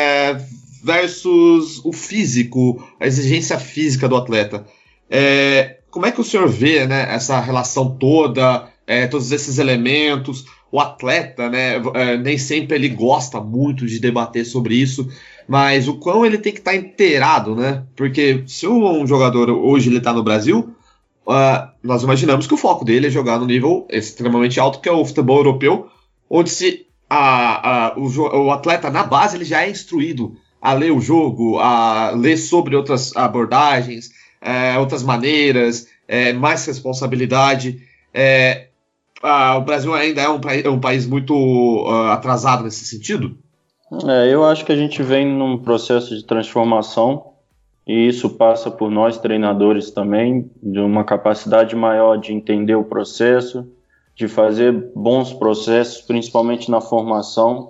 D: versus o físico, a exigência física do atleta. Como é que o senhor vê, né, essa relação toda, todos esses elementos? o atleta, né, nem sempre ele gosta muito de debater sobre isso, mas o quão ele tem que estar inteirado, né? Porque se um jogador hoje ele está no Brasil, nós imaginamos que o foco dele é jogar no nível extremamente alto, que é o futebol europeu, onde o atleta na base ele já é instruído a ler o jogo, a ler sobre outras abordagens, outras maneiras, mais responsabilidade. O Brasil ainda é um país muito atrasado nesse sentido?
E: Eu acho que a gente vem num processo de transformação e isso passa por nós treinadores também, de uma capacidade maior de entender o processo, de fazer bons processos, principalmente na formação.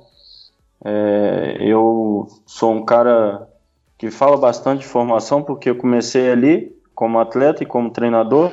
E: Eu sou um cara que fala bastante de formação porque eu comecei ali como atleta e como treinador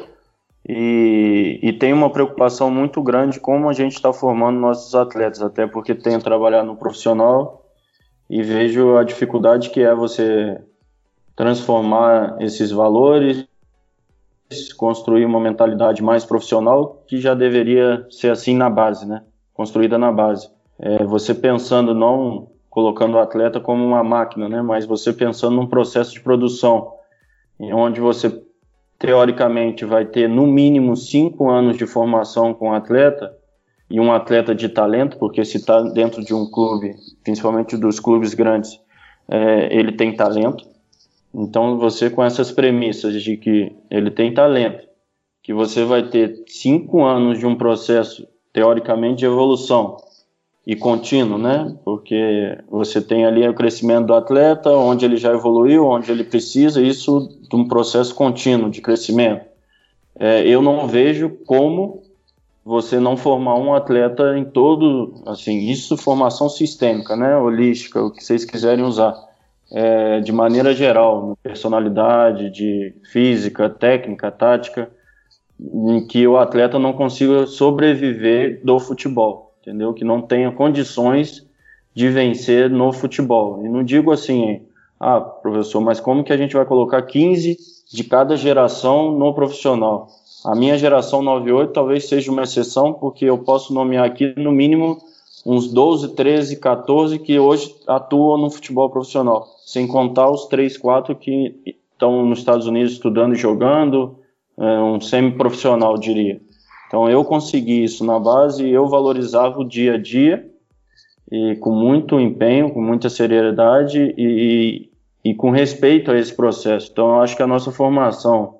E: e tenho uma preocupação muito grande como a gente está formando nossos atletas, até porque tenho trabalhado no profissional e vejo a dificuldade que é você transformar esses valores, construir uma mentalidade mais profissional que já deveria ser assim na base, né? Construída na base. Você pensando, não colocando o atleta como uma máquina, né? Mas você pensando num processo de produção, onde você teoricamente vai ter no mínimo 5 anos de formação com o atleta, e um atleta de talento, porque se está dentro de um clube, principalmente dos clubes grandes, ele tem talento. Então você, com essas premissas de que ele tem talento, que você vai ter 5 anos de um processo teoricamente de evolução e contínuo, né? Porque você tem ali o crescimento do atleta, onde ele já evoluiu, onde ele precisa, isso de um processo contínuo de crescimento. Eu não vejo como você não formar um atleta em todo, assim, isso formação sistêmica, né? Holística, o que vocês quiserem usar. De maneira geral, personalidade, de física, técnica, tática, em que o atleta não consiga sobreviver do futebol, entendeu? Que não tenha condições de vencer no futebol. E não digo assim, professor, mas como que a gente vai colocar 15 de cada geração no profissional? A minha geração 98 talvez seja uma exceção, porque eu posso nomear aqui no mínimo uns 12, 13, 14 que hoje atuam no futebol profissional, sem contar os 3, 4 que estão nos Estados Unidos estudando e jogando, um semi-profissional, diria. Então eu consegui isso na base e eu valorizava o dia a dia, e com muito empenho, com muita seriedade e com respeito a esse processo. Então eu acho que a nossa formação,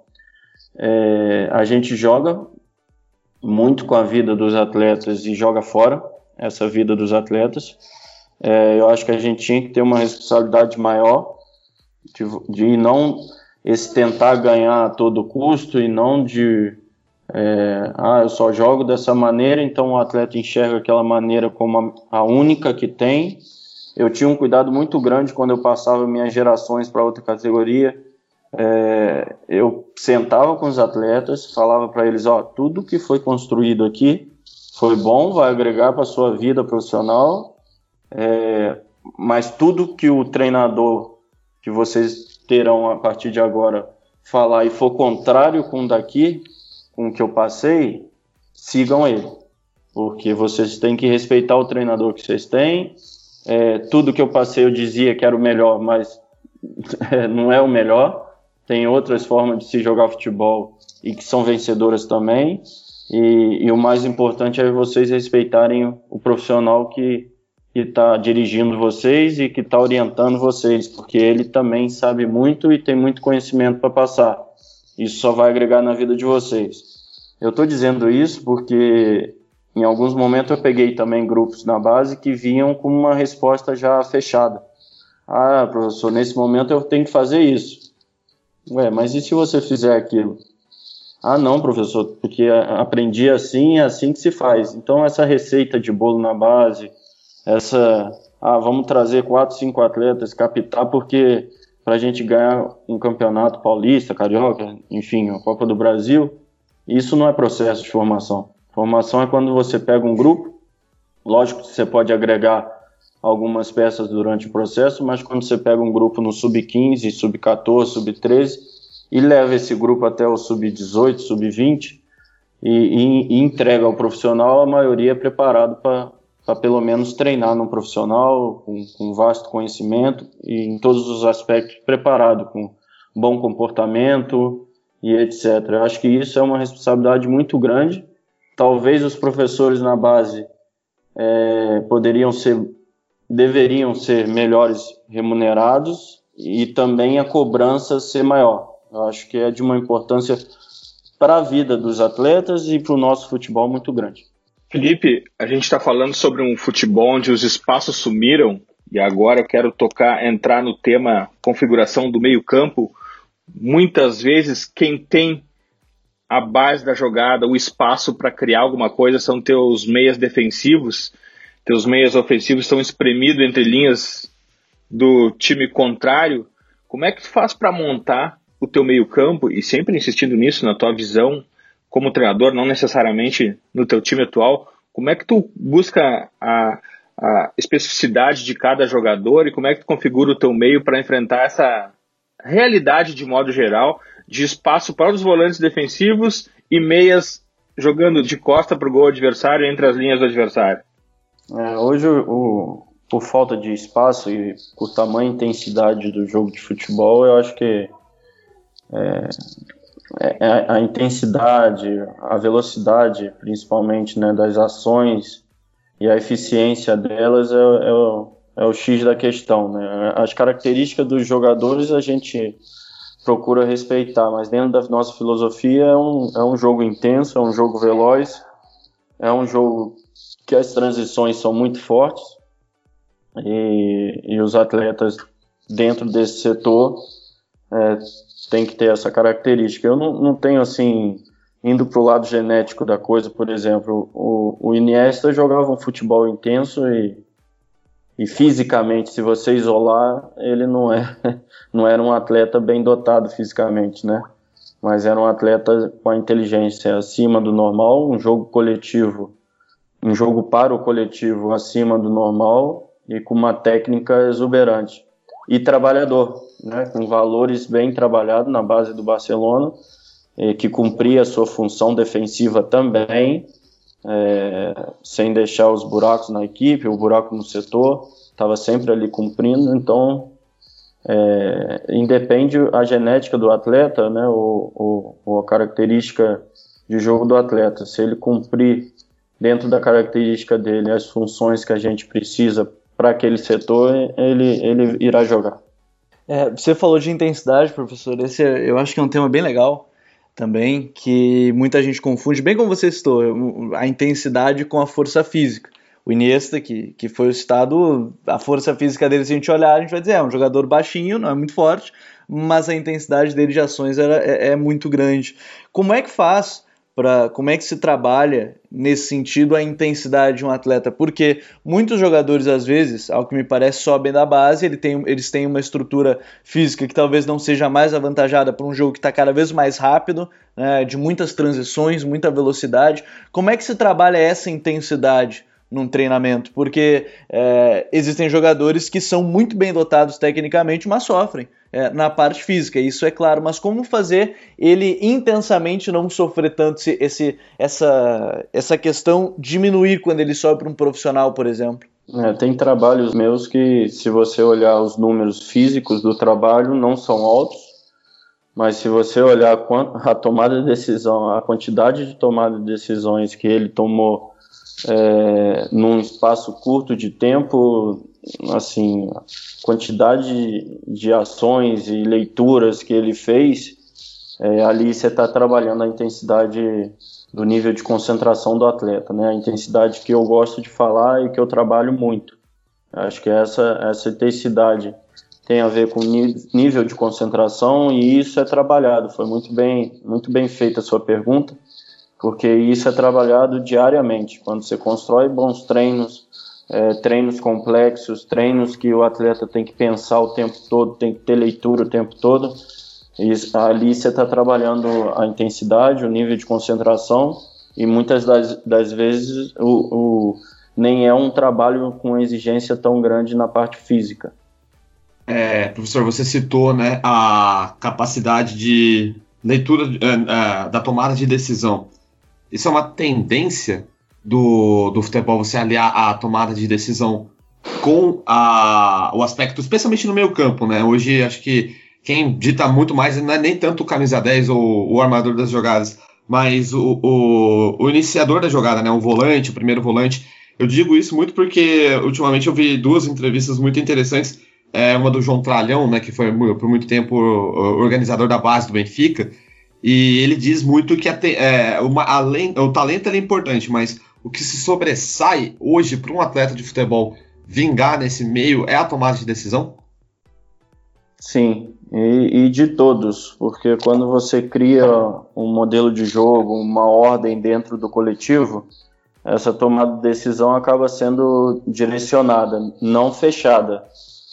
E: a gente joga muito com a vida dos atletas e joga fora essa vida dos atletas. Eu acho que a gente tinha que ter uma responsabilidade maior de não esse tentar ganhar a todo custo e não de eu só jogo dessa maneira, então o atleta enxerga aquela maneira como a única que tem. Eu tinha um cuidado muito grande quando eu passava minhas gerações para outra categoria. Eu sentava com os atletas, falava para eles, tudo que foi construído aqui foi bom, vai agregar para a sua vida profissional, mas tudo que o treinador que vocês terão a partir de agora falar e for contrário com o que eu passei, sigam ele, porque vocês têm que respeitar o treinador que vocês têm. Tudo que eu passei eu dizia que era o melhor, mas não é o melhor. Tem outras formas de se jogar futebol e que são vencedoras também. E o mais importante é vocês respeitarem o profissional que está dirigindo vocês e que está orientando vocês, porque ele também sabe muito e tem muito conhecimento para passar. Isso só vai agregar na vida de vocês. Eu estou dizendo isso porque em alguns momentos eu peguei também grupos na base que vinham com uma resposta já fechada. Professor, nesse momento eu tenho que fazer isso. Mas e se você fizer aquilo? Não, professor, porque aprendi assim, é assim que se faz. Então essa receita de bolo na base, vamos trazer 4, 5 atletas, captar, porque para a gente ganhar um campeonato paulista, carioca, enfim, a Copa do Brasil, isso não é processo de formação. Formação é quando você pega um grupo, lógico que você pode agregar algumas peças durante o processo, mas quando você pega um grupo no sub-15, sub-14, sub-13 e leva esse grupo até o sub-18, sub-20 e entrega ao profissional, a maioria é preparado para pelo menos treinar num profissional com vasto conhecimento e em todos os aspectos preparado, com bom comportamento e etc. Eu acho que isso é uma responsabilidade muito grande. Talvez os professores na base deveriam ser melhores remunerados e também a cobrança ser maior. Eu acho que é de uma importância para a vida dos atletas e para o nosso futebol muito grande.
B: Felipe, a gente está falando sobre um futebol onde os espaços sumiram e agora eu quero entrar no tema configuração do meio-campo. Muitas vezes quem tem a base da jogada, o espaço para criar alguma coisa são teus meias defensivos, teus meias ofensivos estão espremidos entre linhas do time contrário. Como é que tu faz para montar o teu meio-campo e sempre insistindo nisso na tua visão como treinador, não necessariamente no teu time atual? Como é que tu busca a especificidade de cada jogador e como é que tu configura o teu meio para enfrentar essa realidade de modo geral de espaço para os volantes defensivos e meias jogando de costa para o gol adversário entre as linhas do adversário?
E: Hoje, por falta de espaço e por tamanha intensidade do jogo de futebol, eu acho que a intensidade, a velocidade, principalmente, né, das ações e a eficiência delas é o X da questão, né? As características dos jogadores a gente procura respeitar, mas dentro da nossa filosofia é um jogo intenso, é um jogo veloz, é um jogo que as transições são muito fortes e os atletas dentro desse setor tem que ter essa característica. Eu não tenho, assim, indo para o lado genético da coisa, por exemplo, o Iniesta jogava um futebol intenso e fisicamente, se você isolar, ele não era um atleta bem dotado fisicamente, né? Mas era um atleta com a inteligência acima do normal, um jogo para o coletivo acima do normal e com uma técnica exuberante. E trabalhador, né, com valores bem trabalhados na base do Barcelona, que cumpria a sua função defensiva também, sem deixar os buracos na equipe, o buraco no setor, estava sempre ali cumprindo. Então, independe a genética do atleta, né, ou a característica de jogo do atleta. Se ele cumprir dentro da característica dele as funções que a gente precisa para aquele setor, ele irá jogar.
C: Você falou de intensidade, professor. Esse eu acho que é um tema bem legal também, que muita gente confunde, bem como você citou, a intensidade com a força física. O Iniesta, que foi citado, a força física dele, se a gente olhar, a gente vai dizer, é um jogador baixinho, não é muito forte, mas a intensidade dele de ações é muito grande. Como é que faz? Como é que se trabalha nesse sentido a intensidade de um atleta? Porque muitos jogadores, às vezes, ao que me parece, sobem da base, eles têm uma estrutura física que talvez não seja mais avantajada para um jogo que está cada vez mais rápido, né, de muitas transições, muita velocidade. Como é que se trabalha essa intensidade num treinamento? Porque existem jogadores que são muito bem dotados tecnicamente, mas sofrem na parte física, isso é claro, mas como fazer ele intensamente não sofrer tanto essa questão diminuir quando ele sobe para um profissional, por exemplo?
E: Tem trabalhos meus que, se você olhar os números físicos do trabalho, não são altos, mas se você olhar a tomada de decisão, a quantidade de tomada de decisões que ele tomou num espaço curto de tempo, assim, a quantidade de ações e leituras que ele fez, ali você está trabalhando a intensidade do nível de concentração do atleta, né? A intensidade que eu gosto de falar e que eu trabalho muito. Acho que essa intensidade tem a ver com nível de concentração e isso é trabalhado. Foi muito bem feita a sua pergunta, porque isso é trabalhado diariamente. Quando você constrói bons treinos, treinos complexos, treinos que o atleta tem que pensar o tempo todo, tem que ter leitura o tempo todo, e ali você está trabalhando a intensidade, o nível de concentração, e muitas das vezes nem é um trabalho com exigência tão grande na parte física.
D: Professor, você citou, né, a capacidade de leitura da tomada de decisão. isso é uma tendência do futebol, você aliar a tomada de decisão com o aspecto, especialmente no meio campo, né? Hoje acho que quem dita muito mais não é nem tanto o camisa 10 ou o armador das jogadas, mas o iniciador da jogada, né? O volante, o primeiro volante. Eu digo isso muito porque ultimamente eu vi 2 entrevistas muito interessantes, uma do João Tralhão, né? Que foi por muito tempo organizador da base do Benfica, e ele diz muito que o talento é importante, mas o que se sobressai hoje para um atleta de futebol vingar nesse meio é a tomada de decisão?
E: Sim, e de todos, porque quando você cria um modelo de jogo, uma ordem dentro do coletivo, essa tomada de decisão acaba sendo direcionada, não fechada.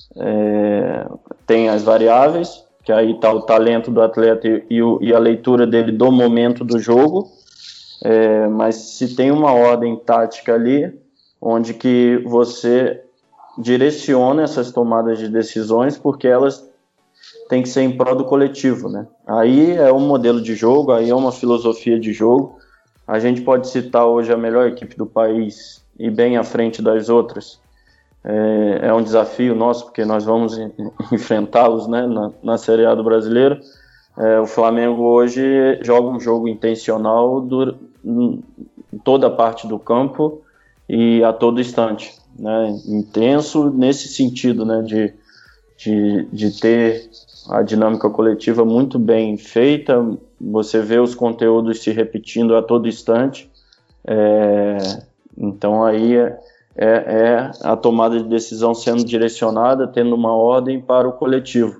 E: Tem as variáveis, que aí está o talento do atleta e a leitura dele do momento do jogo, mas se tem uma ordem tática ali, onde que você direciona essas tomadas de decisões, porque elas têm que ser em prol do coletivo, né? Aí é um modelo de jogo, aí é uma filosofia de jogo. A gente pode citar hoje a melhor equipe do país e bem à frente das outras. É um desafio nosso, porque nós vamos enfrentá-los, né, na Série A do Brasileiro. O Flamengo hoje joga um jogo intencional em toda a parte do campo e a todo instante, né? Intenso nesse sentido, né, de ter a dinâmica coletiva muito bem feita. Você vê os conteúdos se repetindo a todo instante. Então aí é a tomada de decisão sendo direcionada, tendo uma ordem para o coletivo.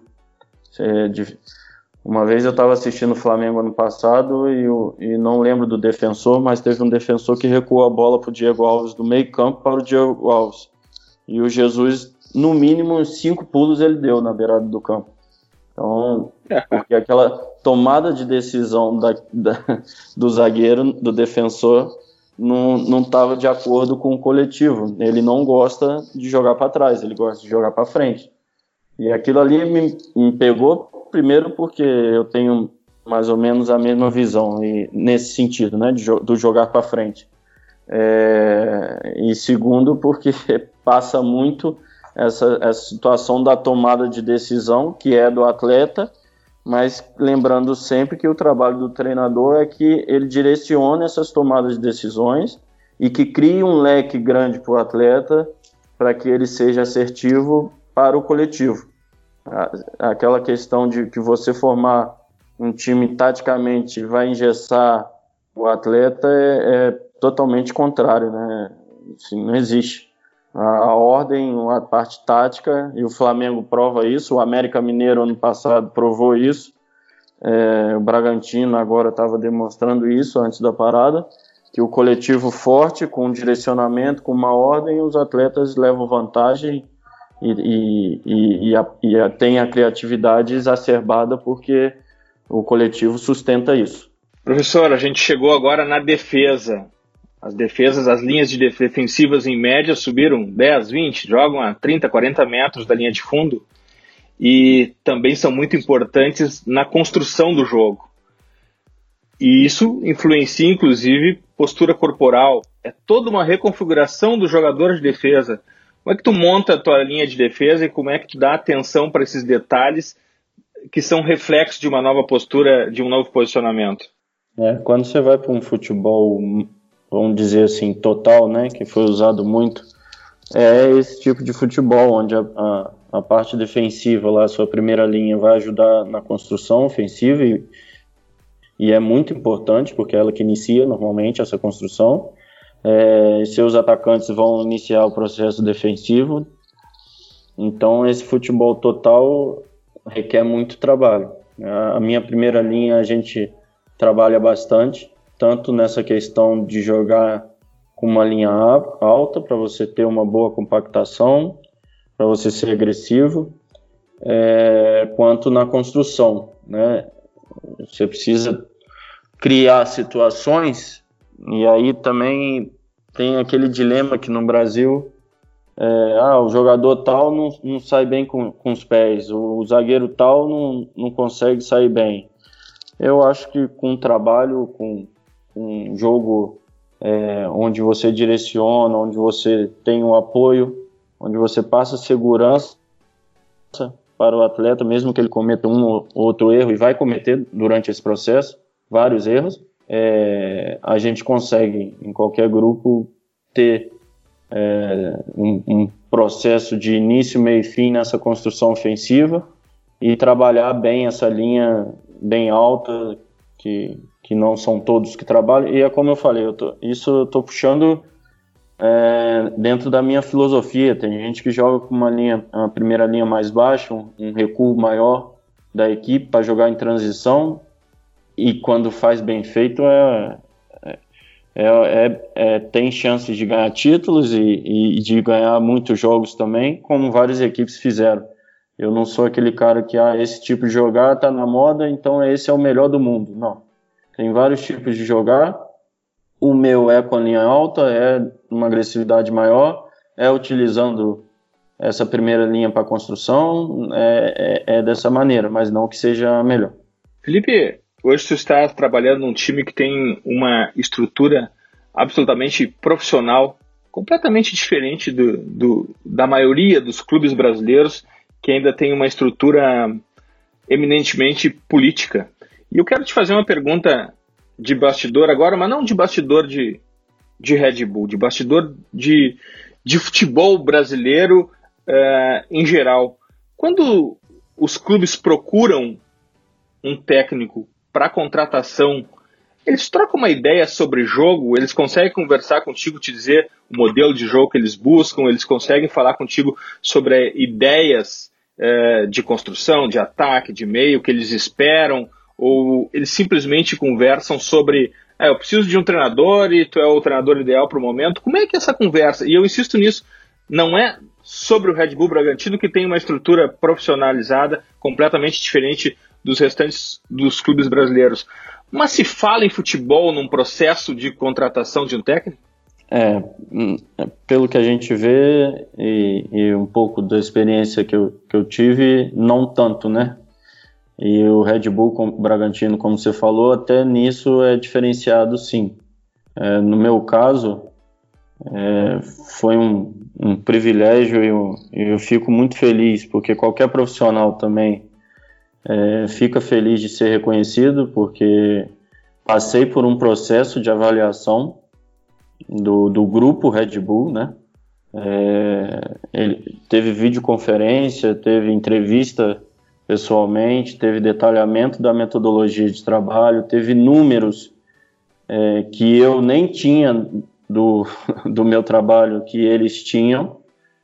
E: Uma vez eu estava assistindo o Flamengo ano passado e não lembro do defensor, mas teve um defensor que recuou a bola para o Diego Alves do meio campo para o Diego Alves. E o Jesus, no mínimo, 5 pulos ele deu na beirada do campo. Então, porque aquela tomada de decisão do zagueiro, do defensor, não estava de acordo com o coletivo. Ele não gosta de jogar para trás, ele gosta de jogar para frente. E aquilo ali me pegou, primeiro porque eu tenho mais ou menos a mesma visão nesse sentido, né, do jogar para frente. E segundo, porque passa muito essa situação da tomada de decisão, que é do atleta, mas lembrando sempre que o trabalho do treinador é que ele direcione essas tomadas de decisões e que crie um leque grande para o atleta para que ele seja assertivo para o coletivo. Aquela questão de que você formar um time taticamente vai engessar o atleta é totalmente contrário, né? Assim, não existe. A ordem, a parte tática, e o Flamengo prova isso, o América Mineiro ano passado provou isso, o Bragantino agora estava demonstrando isso antes da parada, que o coletivo forte, com um direcionamento, com uma ordem, os atletas levam vantagem e tem a criatividade exacerbada porque o coletivo sustenta isso.
B: Professor, a gente chegou agora na defesa. As linhas defensivas em média subiram 10, 20, jogam a 30, 40 metros da linha de fundo e também são muito importantes na construção do jogo. E isso influencia, inclusive, postura corporal. É toda uma reconfiguração do jogador de defesa. Como é que tu monta a tua linha de defesa e como é que tu dá atenção para esses detalhes que são reflexos de uma nova postura, de um novo posicionamento?
E: Quando você vai para um futebol, vamos dizer assim, total, né, que foi usado muito, é esse tipo de futebol, onde a parte defensiva, lá, a sua primeira linha, vai ajudar na construção ofensiva e é muito importante, porque é ela que inicia normalmente essa construção. Seus atacantes vão iniciar o processo defensivo. Então esse futebol total requer muito trabalho. A minha primeira linha a gente trabalha bastante, tanto nessa questão de jogar com uma linha alta, para você ter uma boa compactação, para você ser agressivo, quanto na construção, né? Você precisa criar situações, e aí também tem aquele dilema que no Brasil, o jogador tal não sai bem com os pés, o zagueiro tal não consegue sair bem. Eu acho que com trabalho, com um jogo onde você direciona, onde você tem um apoio, onde você passa segurança para o atleta, mesmo que ele cometa um ou outro erro, e vai cometer durante esse processo vários erros, a gente consegue, em qualquer grupo, ter um processo de início, meio e fim nessa construção ofensiva e trabalhar bem essa linha bem alta, que não são todos que trabalham. E é como eu falei, eu tô puxando dentro da minha filosofia. Tem gente que joga com uma primeira linha mais baixa, um recuo maior da equipe para jogar em transição, e quando faz bem feito tem chances de ganhar títulos e de ganhar muitos jogos também, como várias equipes fizeram. Eu não sou aquele cara que esse tipo de jogar tá na moda, então esse é o melhor do mundo. Não. Tem vários tipos de jogar. O meu é com a linha alta, é uma agressividade maior, é utilizando essa primeira linha para construção, é dessa maneira, mas não que seja a melhor.
B: Felipe, hoje você está trabalhando num time que tem uma estrutura absolutamente profissional, completamente diferente da maioria dos clubes brasileiros, que ainda tem uma estrutura eminentemente política. E eu quero te fazer uma pergunta de bastidor agora, mas não de bastidor de Red Bull, de bastidor de futebol brasileiro em geral. Quando os clubes procuram um técnico para contratação, eles trocam uma ideia sobre jogo, eles conseguem conversar contigo, te dizer o modelo de jogo que eles buscam, eles conseguem falar contigo sobre ideias de construção, de ataque, de meio, que eles esperam, ou eles simplesmente conversam sobre eu preciso de um treinador e tu é o treinador ideal para o momento. Como é que é essa conversa? E eu insisto nisso, não é sobre o Red Bull Bragantino, que tem uma estrutura profissionalizada completamente diferente dos restantes dos clubes brasileiros. Mas se fala em futebol num processo de contratação de um técnico?
E: Pelo que a gente vê e um pouco da experiência que eu tive, não tanto, né? E o Red Bull Bragantino, como você falou, até nisso é diferenciado, sim. No meu caso, foi um privilégio e eu fico muito feliz, porque qualquer profissional também fica feliz de ser reconhecido, porque passei por um processo de avaliação do grupo Red Bull, né? Ele teve videoconferência, teve entrevista pessoalmente, teve detalhamento da metodologia de trabalho, teve números que eu nem tinha do meu trabalho, que eles tinham,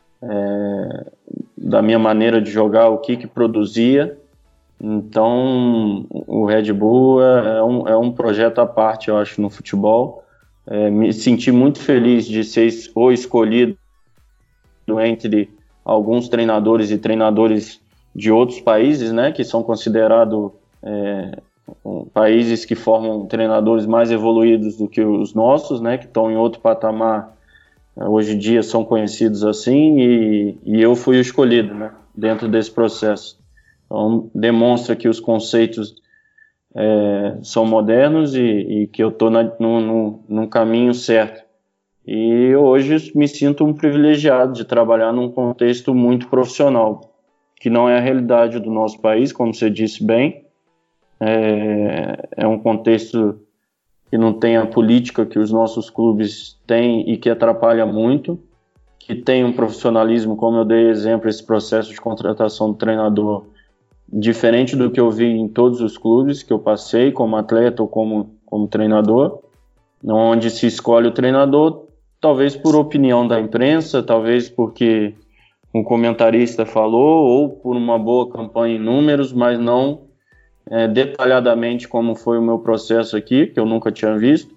E: da minha maneira de jogar, o que produzia. Então o Red Bull é um projeto à parte, eu acho, no futebol. Me senti muito feliz de ser o escolhido entre alguns treinadores e treinadores de outros países, né, que são considerados países que formam treinadores mais evoluídos do que os nossos, né, que estão em outro patamar, hoje em dia são conhecidos assim, e eu fui o escolhido, né, dentro desse processo. Então demonstra que os conceitos são modernos e que eu estou num caminho certo. E hoje me sinto um privilegiado de trabalhar num contexto muito profissional, que não é a realidade do nosso país, como você disse bem. É um contexto que não tem a política que os nossos clubes têm e que atrapalha muito, que tem um profissionalismo, como eu dei exemplo, esse processo de contratação do treinador, diferente do que eu vi em todos os clubes que eu passei como atleta ou como treinador, onde se escolhe o treinador talvez por opinião da imprensa, talvez porque um comentarista falou, ou por uma boa campanha em números, mas não detalhadamente como foi o meu processo aqui, que eu nunca tinha visto,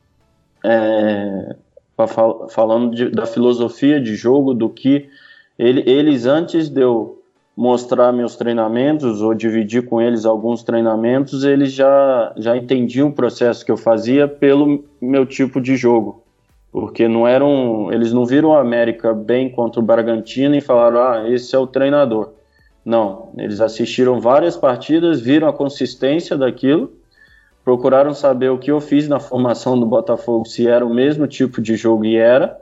E: falando da filosofia de jogo, do que eles, antes de eu mostrar meus treinamentos ou dividir com eles alguns treinamentos, eles já entendiam o processo que eu fazia pelo meu tipo de jogo, porque eles não viram o América bem contra o Bragantino e falaram, esse é o treinador. Não, eles assistiram várias partidas, viram a consistência daquilo, procuraram saber o que eu fiz na formação do Botafogo, se era o mesmo tipo de jogo, e era,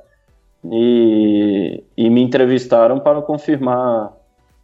E: e me entrevistaram para confirmar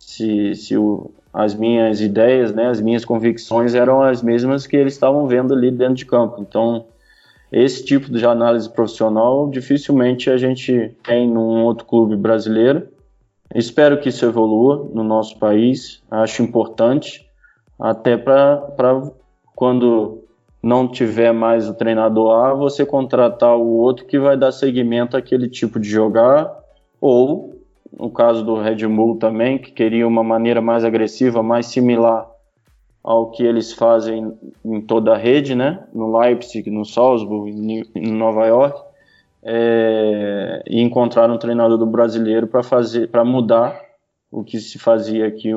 E: as minhas ideias, né, as minhas convicções eram as mesmas que eles estavam vendo ali dentro de campo. Então, esse tipo de análise profissional dificilmente a gente tem num outro clube brasileiro. Espero que isso evolua no nosso país, acho importante, até para quando não tiver mais o treinador A, você contratar o outro que vai dar seguimento àquele tipo de jogar, ou, no caso do Red Bull também, que queria uma maneira mais agressiva, mais similar ao que eles fazem em toda a rede, né? No Leipzig, no Salzburg, em Nova York, e encontrar um treinador do brasileiro para mudar o que se fazia aqui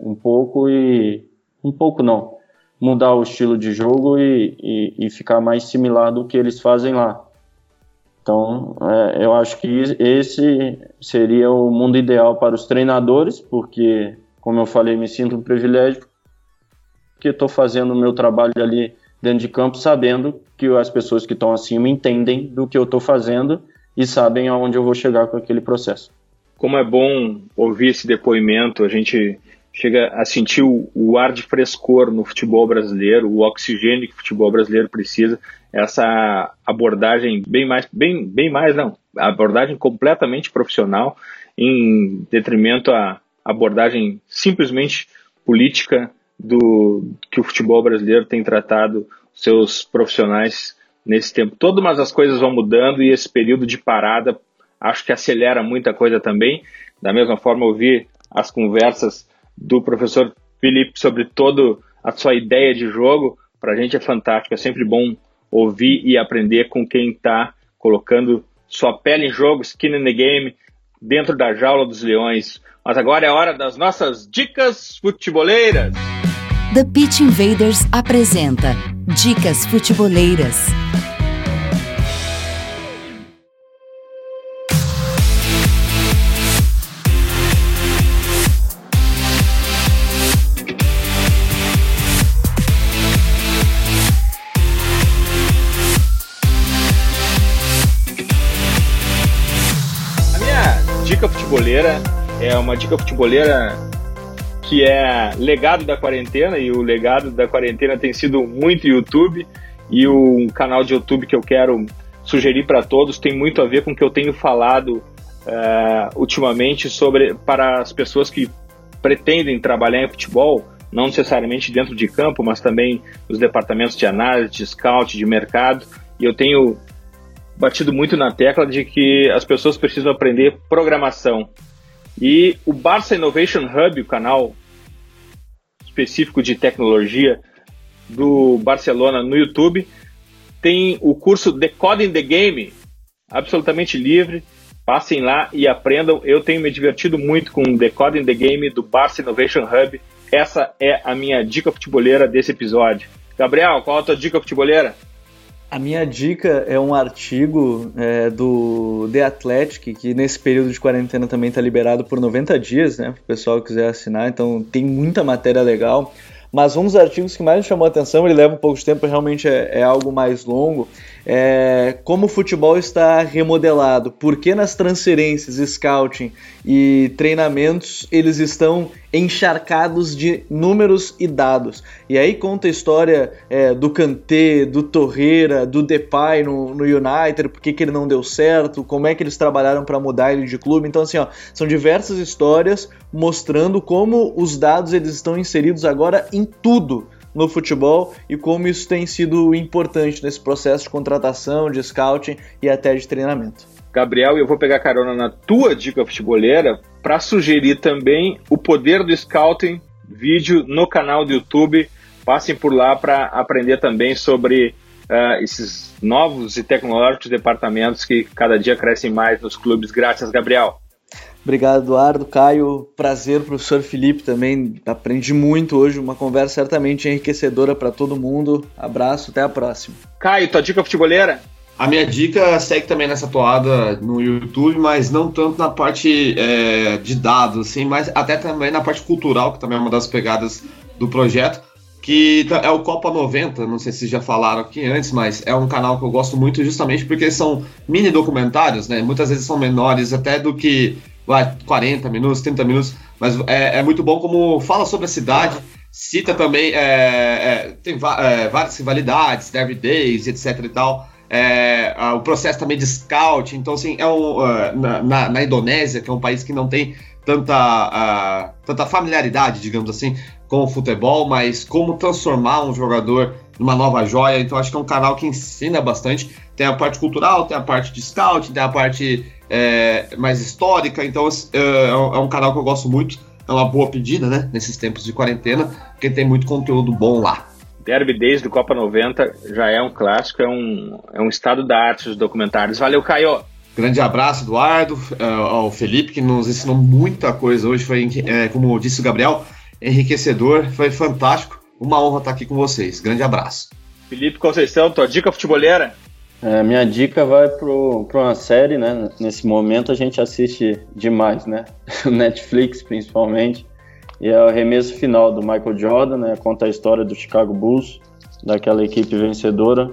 E: mudar o estilo de jogo e ficar mais similar do que eles fazem lá. Então, eu acho que esse seria o mundo ideal para os treinadores, porque, como eu falei, me sinto um privilégio, porque estou fazendo o meu trabalho ali dentro de campo, sabendo que as pessoas que estão acima entendem do que eu estou fazendo e sabem aonde eu vou chegar com aquele processo.
B: Como é bom ouvir esse depoimento, a gente chega a sentir o ar de frescor no futebol brasileiro, o oxigênio que o futebol brasileiro precisa, essa abordagem abordagem completamente profissional, em detrimento à abordagem simplesmente política que o futebol brasileiro tem tratado seus profissionais nesse tempo todo, mas as coisas vão mudando e esse período de parada acho que acelera muita coisa também. Da mesma forma, ouvir as conversas do professor Felipe sobre toda a sua ideia de jogo, para a gente é fantástico, é sempre bom ouvir e aprender com quem está colocando sua pele em jogo, skin in the game, dentro da jaula dos leões. Mas agora é a hora das nossas dicas futeboleiras.
A: The Pitch Invaders apresenta Dicas Futeboleiras.
B: Dica futeboleira é uma dica futeboleira que é legado da quarentena, e o legado da quarentena tem sido muito YouTube, e um canal de YouTube que eu quero sugerir para todos tem muito a ver com o que eu tenho falado ultimamente para as pessoas que pretendem trabalhar em futebol, não necessariamente dentro de campo, mas também nos departamentos de análise, de scout, de mercado, e eu tenho batido muito na tecla de que as pessoas precisam aprender programação. E o Barça Innovation Hub, o canal específico de tecnologia do Barcelona no YouTube, tem o curso Decoding the Game, absolutamente livre. Passem lá e aprendam. Eu tenho me divertido muito com o Decoding the Game do Barça Innovation Hub. Essa é a minha dica futeboleira desse episódio. Gabriel, qual a tua dica futeboleira?
C: A minha dica é um artigo do The Athletic, que nesse período de quarentena também está liberado por 90 dias, né, para o pessoal que quiser assinar, então tem muita matéria legal. Mas um dos artigos que mais me chamou a atenção, ele leva um pouco de tempo, realmente é algo mais longo, como o futebol está remodelado, porque nas transferências, scouting e treinamentos eles estão encharcados de números e dados. E aí conta a história do Kanté, do Torreira, do Depay no United, por que ele não deu certo, como é que eles trabalharam para mudar ele de clube. Então assim, são diversas histórias mostrando como os dados eles estão inseridos agora em tudo no futebol e como isso tem sido importante nesse processo de contratação, de scouting e até de treinamento.
B: Gabriel, eu vou pegar carona na tua dica futeboleira para sugerir também o poder do scouting, vídeo no canal do YouTube. Passem por lá para aprender também sobre esses novos e tecnológicos departamentos que cada dia crescem mais nos clubes. Graças, Gabriel.
C: Obrigado, Eduardo. Caio, prazer, professor Felipe também. Aprendi muito hoje, uma conversa certamente enriquecedora para todo mundo. Abraço, até a próxima.
B: Caio, tua dica futeboleira?
D: A minha dica segue também nessa toada no YouTube, mas não tanto na parte de dados, assim, mas até também na parte cultural, que também é uma das pegadas do projeto, que é o Copa 90, não sei se já falaram aqui antes, mas é um canal que eu gosto muito justamente porque são mini documentários, né? Muitas vezes são menores até do que 40 minutos, 30 minutos, mas é muito bom como fala sobre a cidade, cita também, tem várias rivalidades, Derby Days, etc e tal, o processo também de scout, então assim, na Indonésia, que é um país que não tem tanta familiaridade, digamos assim, com o futebol, mas como transformar um jogador numa nova joia. Então acho que é um canal que ensina bastante. Tem a parte cultural, tem a parte de scout, tem a parte mais histórica. Então é um canal que eu gosto muito. É uma boa pedida, né, nesses tempos de quarentena, porque tem muito conteúdo bom lá.
B: Derby Days do Copa 90 já é um clássico, é um estado da arte dos documentários. Valeu, Caio!
D: Grande abraço, Eduardo, ao Felipe, que nos ensinou muita coisa hoje. Foi, como disse o Gabriel, enriquecedor, foi fantástico. Uma honra estar aqui com vocês. Grande abraço.
B: Felipe Conceição, tua dica futeboleira?
E: Minha dica vai para uma série, né? Nesse momento a gente assiste demais, né? Netflix, principalmente. E é o arremesso final do Michael Jordan, né? Conta a história do Chicago Bulls, daquela equipe vencedora.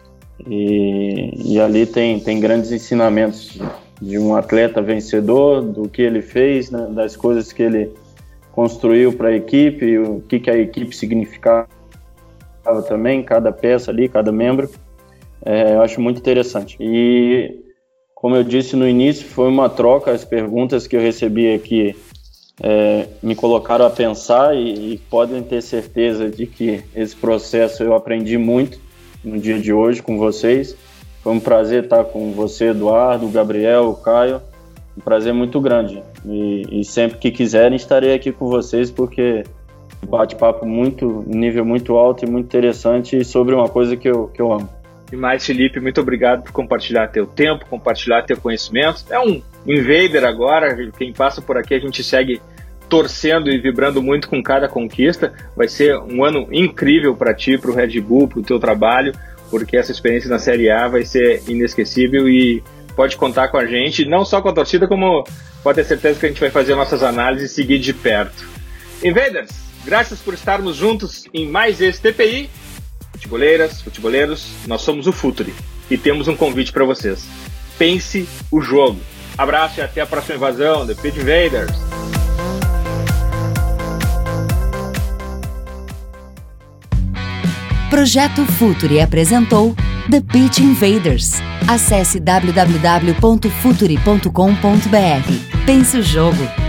E: E ali tem grandes ensinamentos de um atleta vencedor, do que ele fez, né, das coisas que ele construiu para a equipe, o que a equipe significava também, cada peça ali, cada membro. Eu acho muito interessante. E, como eu disse no início, foi uma troca. As perguntas que eu recebi aqui me colocaram a pensar e podem ter certeza de que esse processo eu aprendi muito no dia de hoje com vocês. Foi um prazer estar com você, Eduardo, o Gabriel, o Caio. Um prazer muito grande. E sempre que quiserem estarei aqui com vocês, porque bate-papo nível muito alto e muito interessante sobre uma coisa que eu amo.
B: E mais, Felipe, muito obrigado por compartilhar teu tempo, compartilhar teu conhecimento. É um invader agora, quem passa por aqui a gente segue torcendo e vibrando muito com cada conquista. Vai ser um ano incrível para ti, para o Red Bull, para o teu trabalho, porque essa experiência na Série A vai ser inesquecível e pode contar com a gente, não só com a torcida, como pode ter certeza que a gente vai fazer nossas análises e seguir de perto. Invaders, graças por estarmos juntos em mais esse TPI. Futeboleiras, futeboleiros, nós somos o Futuri e temos um convite para vocês. Pense o jogo. Abraço e até a próxima invasão, The Pitch Invaders.
A: Projeto Futuri apresentou The Pitch Invaders. Acesse www.futuri.com.br. Pense o jogo.